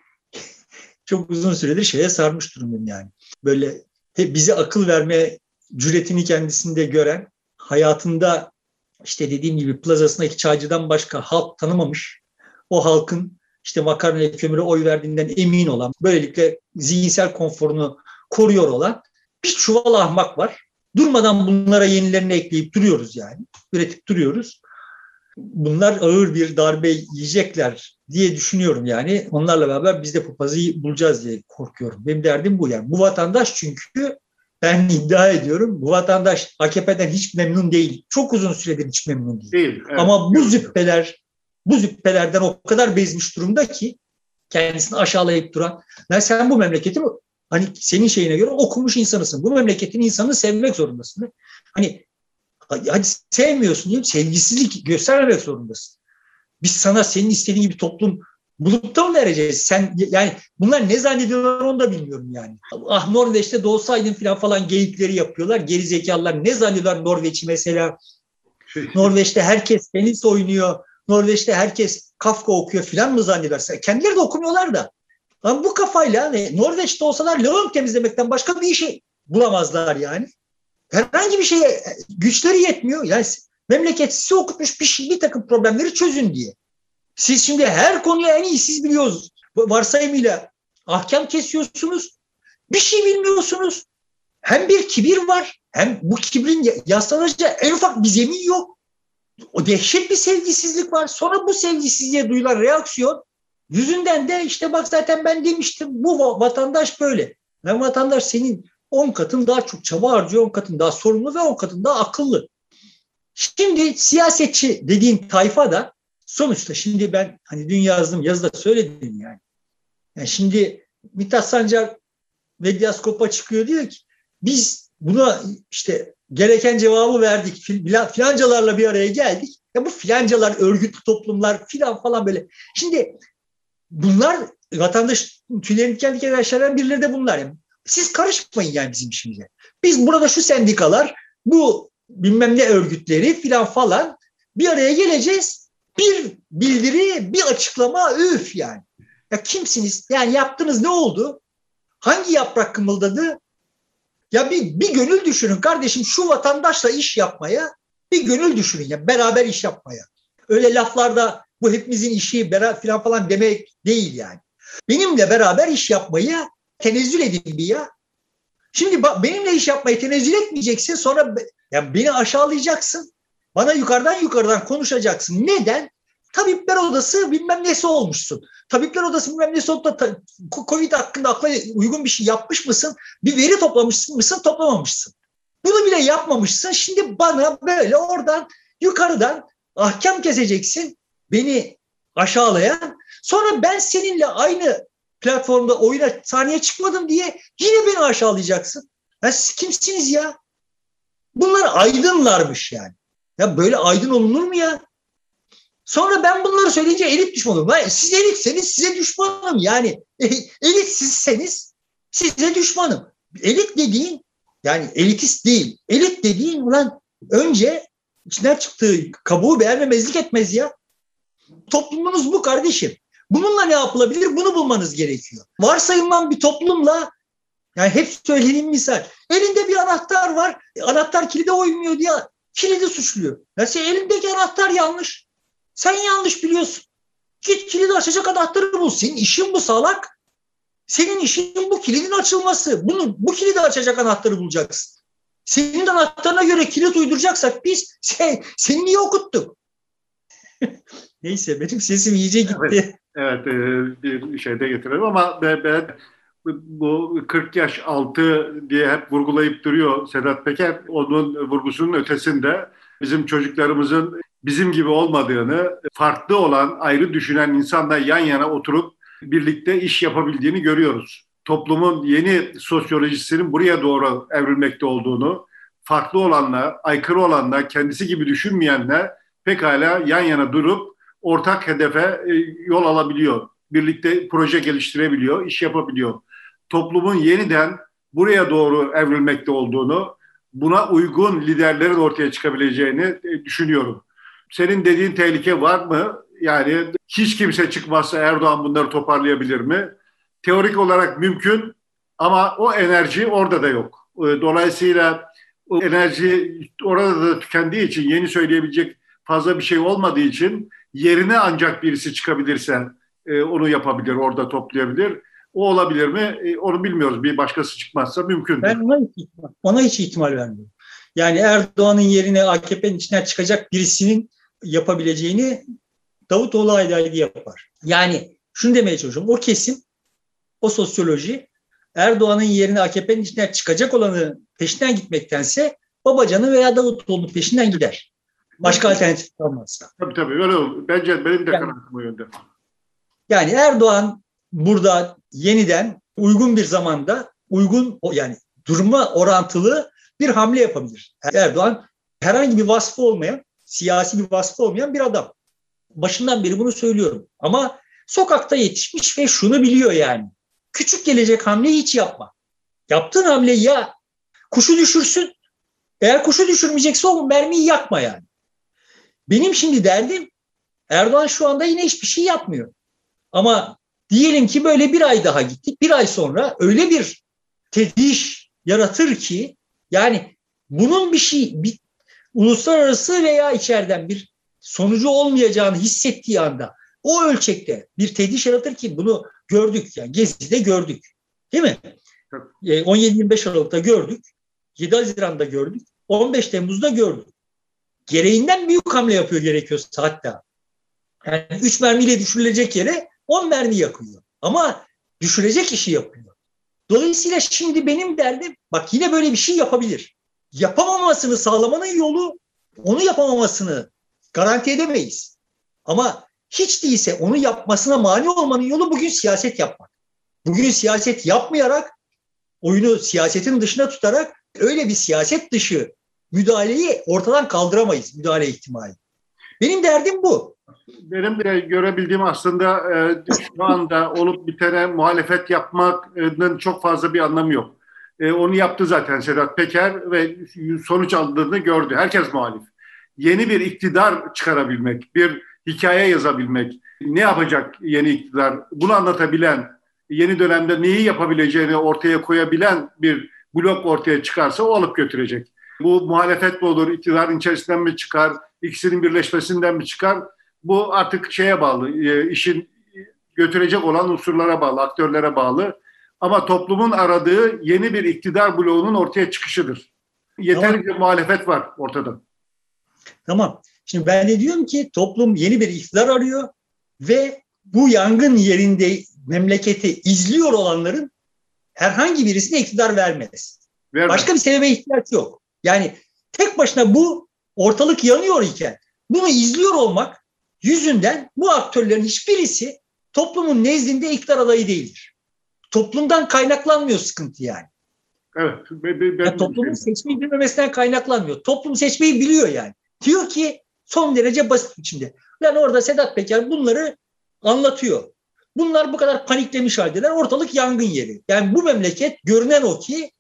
çok uzun süredir şeye sarmış durumum yani. Böyle hep bize akıl verme cüretini kendisinde gören, hayatında işte dediğim gibi plazasındaki çaycıdan başka halk tanımamış, o halkın işte makarnaya kömüre oy verdiğinden emin olan, böylelikle zihinsel konforunu koruyor olan bir çuval ahmak var. Durmadan bunlara yenilerini ekleyip duruyoruz yani. Üretip duruyoruz. Bunlar ağır bir darbe yiyecekler diye düşünüyorum yani. Onlarla beraber biz de papazı bulacağız diye korkuyorum. Benim derdim bu yani. Bu vatandaş çünkü ben iddia ediyorum bu vatandaş A K P'den hiç memnun değil. Çok uzun süredir hiç memnun değil. Değil, evet. Ama bu züppeler bu züppelerden o kadar bezmiş durumda ki kendisini aşağılayıp duran. Yani sen bu memleketi hani senin şeyine göre okumuş insanısın. Bu memleketin insanını sevmek zorundasın. Hani hadi sevmiyorsun diyeyim, sevgisizlik göstermemek zorundasın. Biz sana senin istediğin gibi toplum bulup da mı vereceğiz? Sen yani bunlar ne zannediyorlar onu da bilmiyorum yani. Ah Norveç'te doğsaydın falan falan geyikleri yapıyorlar. Geri zekalılar ne zannediyorlar Norveç'i mesela? Norveç'te herkes tenis oynuyor. Norveç'te herkes Kafka okuyor falan mı zannediyorlar? Kendileri de okumuyorlar da. Ama bu kafayla hani Norveç'te olsalar lağım temizlemekten başka bir şey bulamazlar yani. Herhangi bir şeye güçleri yetmiyor. Yani memleket sizi okutmuş bir şey, bir takım problemleri çözün diye. Siz şimdi her konuyu en iyi siz biliyoruz. Varsayımıyla ahkam kesiyorsunuz. Bir şey bilmiyorsunuz. Hem bir kibir var, hem bu kibrin yaslanacağı en ufak bir zemin yok. O dehşet bir sevgisizlik var. Sonra bu sevgisizliğe duyulan reaksiyon yüzünden de işte bak zaten ben demiştim bu vatandaş böyle. Ben vatandaş senin on katın daha çok çaba harcıyor, on katın daha sorumlu ve on katın daha akıllı. Şimdi siyasetçi dediğin tayfa da sonuçta şimdi ben hani dün yazdım yazıda söyledim yani. Yani şimdi Mithat Sancar Medyaskop'a çıkıyor diyor ki biz buna işte gereken cevabı verdik. Filancalarla bir araya geldik. Ya bu filancalar örgütlü toplumlar filan falan böyle. Şimdi bunlar vatandaş tüylerini diken diken aşağıdan birileri de bunlar. Yani siz karışmayın yani bizim işimize. Biz burada şu sendikalar, bu bilmem ne örgütleri filan falan bir araya geleceğiz. Bir bildiri, bir açıklama üf yani. Ya kimsiniz? Yani yaptınız ne oldu? Hangi yaprak kımıldadı? Ya bir, bir gönül düşünün kardeşim şu vatandaşla iş yapmaya bir gönül düşünün ya beraber iş yapmaya. Öyle laflarda bu hepimizin işi beraber falan falan demek değil yani. Benimle beraber iş yapmaya tenezzül edin bir ya. Şimdi bak benimle iş yapmayı tenezzül etmeyeceksin sonra yani beni aşağılayacaksın. Bana yukarıdan yukarıdan konuşacaksın. Neden? Tabipler Odası bilmem nesi olmuşsun. Tabipler Odası bilmem nesi olup da Covid hakkında akla uygun bir şey yapmış mısın? Bir veri toplamışsın mısın? Toplamamışsın. Bunu bile yapmamışsın. Şimdi bana böyle oradan yukarıdan ahkam keseceksin. Beni aşağılayan. Sonra ben seninle aynı platformda oyuna sahneye çıkmadım diye yine beni aşağılayacaksın. Ya siz kimsiniz ya? Bunlar aydınlarmış yani. Ya böyle aydın olunur mu ya? Sonra ben bunları söyleyince elit düşmanım. Lan siz elitseniz size düşmanım. Yani elit sizseniz size düşmanım. Elit dediğin yani elitist değil. Elit dediğin ulan önce içinden çıktığı kabuğu beğenmemezlik etmez ya. Toplumunuz bu kardeşim. Bununla ne yapılabilir? Bunu bulmanız gerekiyor. Varsayılan bir toplumla yani hep söylediğim misal. Elinde bir anahtar var. Anahtar kilide uymuyor diye kilidi suçluyor. Ya sen elindeki anahtar yanlış. Sen yanlış biliyorsun. Git kilidi açacak anahtarı bul. Senin işin bu salak. Senin işin bu kilidin açılması. Bunu, bu kilidi açacak anahtarı bulacaksın. Senin anahtarına göre kilit uyduracaksak biz sen, seni niye okuttuk? Neyse benim sesim iyice gitti. Evet, evet bir şey de getirelim ama ben, ben bu kırk yaş altı diye hep vurgulayıp duruyor Sedat Peker. Onun vurgusunun ötesinde bizim çocuklarımızın bizim gibi olmadığını, farklı olan, ayrı düşünen insanla yan yana oturup birlikte iş yapabildiğini görüyoruz. Toplumun yeni sosyolojisinin buraya doğru evrilmekte olduğunu, farklı olanla, aykırı olanla, kendisi gibi düşünmeyenle pekala yan yana durup ortak hedefe e, yol alabiliyor. Birlikte proje geliştirebiliyor, iş yapabiliyor. Toplumun yeniden buraya doğru evrilmekte olduğunu, buna uygun liderlerin ortaya çıkabileceğini e, düşünüyorum. Senin dediğin tehlike var mı? Yani hiç kimse çıkmazsa Erdoğan bunları toparlayabilir mi? Teorik olarak mümkün ama o enerji orada da yok. Dolayısıyla o enerji orada da tükendiği için, yeni söyleyebilecek fazla bir şey olmadığı için yerine ancak birisi çıkabilirse onu yapabilir, orada toplayabilir. O olabilir mi? Onu bilmiyoruz. Bir başkası çıkmazsa mümkündür. Ben ona hiç ihtimal, ona hiç ihtimal vermiyorum. Yani Erdoğan'ın yerine A K P'nin içinden çıkacak birisinin yapabileceğini Davutoğlu ayrı yapar. Yani şunu demeye çalışıyorum. O kesim, o sosyoloji Erdoğan'ın yerine A K P'nin içinden çıkacak olanı peşinden gitmektense Babacan'ın veya Davutoğlu'nun peşinden gider. Başka alternatif kalmazsa. Tabii tabii öyle olur. Bence benim de yani, kanaatim o yönde. Yani Erdoğan burada yeniden uygun bir zamanda uygun yani duruma orantılı bir hamle yapabilir. Erdoğan herhangi bir vasfı olmayan, siyasi bir vasfı olmayan bir adam. Başından beri bunu söylüyorum. Ama sokakta yetişmiş ve şunu biliyor yani. Küçük gelecek hamleyi hiç yapma. Yaptığın hamleyi ya kuşu düşürsün. Eğer kuşu düşürmeyecekse o mermiyi yakma yani. Benim şimdi derdim Erdoğan şu anda yine hiçbir şey yapmıyor. Ama diyelim ki böyle bir ay daha gittik. Bir ay sonra öyle bir tediş yaratır ki yani bunun bir şey bir, uluslararası veya içeriden bir sonucu olmayacağını hissettiği anda o ölçekte bir tediş yaratır ki bunu gördük. Yani Gezi'de gördük. Değil mi? on yedi yirmi beş Aralık'ta gördük. yedi Haziran'da gördük. on beş Temmuz'da gördük. Gereğinden büyük hamle yapıyor gerekiyorsa hatta. Yani üç mermiyle düşürülecek yere on mermi yakıyor. Ama düşürecek işi yapıyor. Dolayısıyla şimdi benim derdim bak yine böyle bir şey yapabilir. Yapamamasını sağlamanın yolu onu yapamamasını garanti edemeyiz. Ama hiç değilse onu yapmasına mani olmanın yolu bugün siyaset yapmak. Bugün siyaset yapmayarak oyunu siyasetin dışına tutarak öyle bir siyaset dışı müdahaleyi ortadan kaldıramayız. Müdahale ihtimali. Benim derdim bu. Benim de görebildiğim aslında e, şu anda olup bitene muhalefet yapmanın çok fazla bir anlamı yok. E, onu yaptı zaten Sedat Peker ve sonuç aldığını gördü. Herkes muhalif. Yeni bir iktidar çıkarabilmek, bir hikaye yazabilmek, ne yapacak yeni iktidar, bunu anlatabilen, yeni dönemde neyi yapabileceğini ortaya koyabilen bir blok ortaya çıkarsa o alıp götürecek. Bu muhalefet mi olur, iktidarın içerisinden mi çıkar, ikisinin birleşmesinden mi çıkar? Bu artık şeye bağlı, işin götürecek olan unsurlara bağlı, aktörlere bağlı. Ama toplumun aradığı yeni bir iktidar bloğunun ortaya çıkışıdır. Yeterince tamam. Muhalefet var ortada. Tamam. Şimdi ben de diyorum ki toplum yeni bir iktidar arıyor ve bu yangın yerinde memleketi izliyor olanların herhangi birisine iktidar vermez. Vermez. Başka bir sebebe ihtiyaç yok. Yani tek başına bu ortalık yanıyor iken bunu izliyor olmak yüzünden bu aktörlerin hiçbirisi toplumun nezdinde iktidar adayı değildir. Toplumdan kaynaklanmıyor sıkıntı yani. Evet. Ben, ben, yani toplumun seçmeyi bilmemesinden kaynaklanmıyor. Toplum seçmeyi biliyor yani. Diyor ki son derece basit biçimde. Yani orada Sedat Peker bunları anlatıyor. Bunlar bu kadar paniklemiş haldeler. Ortalık yangın yeri. Yani bu memleket görünen o ki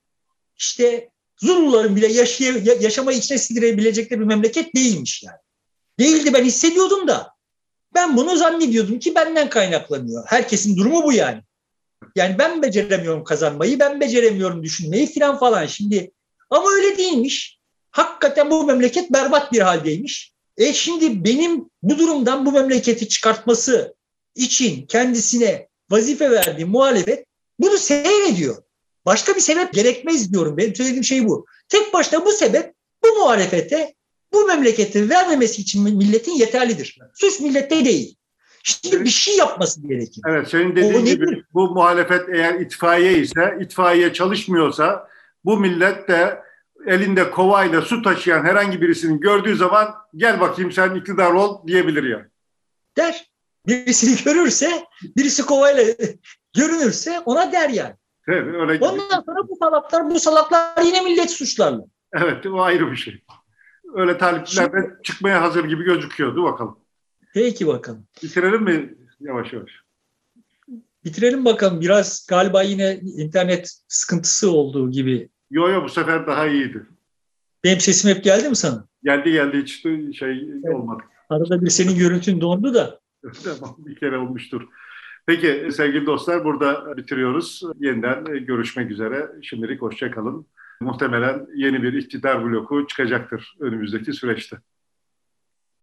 işte Zuluların bile yaşay- yaşamayı içine sindirebilecekleri bir memleket değilmiş yani. Değildi ben hissediyordum da ben bunu zannediyordum ki benden kaynaklanıyor. Herkesin durumu bu yani. Yani ben beceremiyorum kazanmayı, ben beceremiyorum düşünmeyi filan falan şimdi. Ama öyle değilmiş. Hakikaten bu memleket berbat bir haldeymiş. E şimdi benim bu durumdan bu memleketi çıkartması için kendisine vazife verdiği muhalefet bunu seyrediyor. Başka bir sebep gerekmez diyorum. Benim söylediğim şey bu. Tek başına bu sebep bu muhalefete bu memleketi vermemesi için milletin yeterlidir. Suç millette değil. Şimdi bir şey yapması gerekir. Evet, senin dediğin gibi bu muhalefet eğer itfaiye ise, itfaiye çalışmıyorsa bu millet de elinde kovayla su taşıyan herhangi birisini gördüğü zaman gel bakayım sen iktidar ol diyebilir yani. Der. Birisini görürse, birisi kovayla görünürse ona der yani. Evet, öyle. Ondan sonra bu salaklar, bu salaklar yine millet suçlarlar. Evet, o ayrı bir şey. Öyle taliplerden çıkmaya hazır gibi gözüküyordu bakalım. Peki bakalım. Bitirelim mi yavaş yavaş? Bitirelim bakalım. Biraz galiba yine internet sıkıntısı olduğu gibi. Yo yo, bu sefer daha iyiydi. Benim sesim hep geldi mi sana? Geldi geldi, hiç şey Evet. olmadı. Arada bir senin görüntün dondu da. Tamam, bir kere olmuştur. Peki sevgili dostlar, burada bitiriyoruz. Yeniden görüşmek üzere. Şimdilik hoşça kalın. Muhtemelen yeni bir iktidar bloku çıkacaktır önümüzdeki süreçte.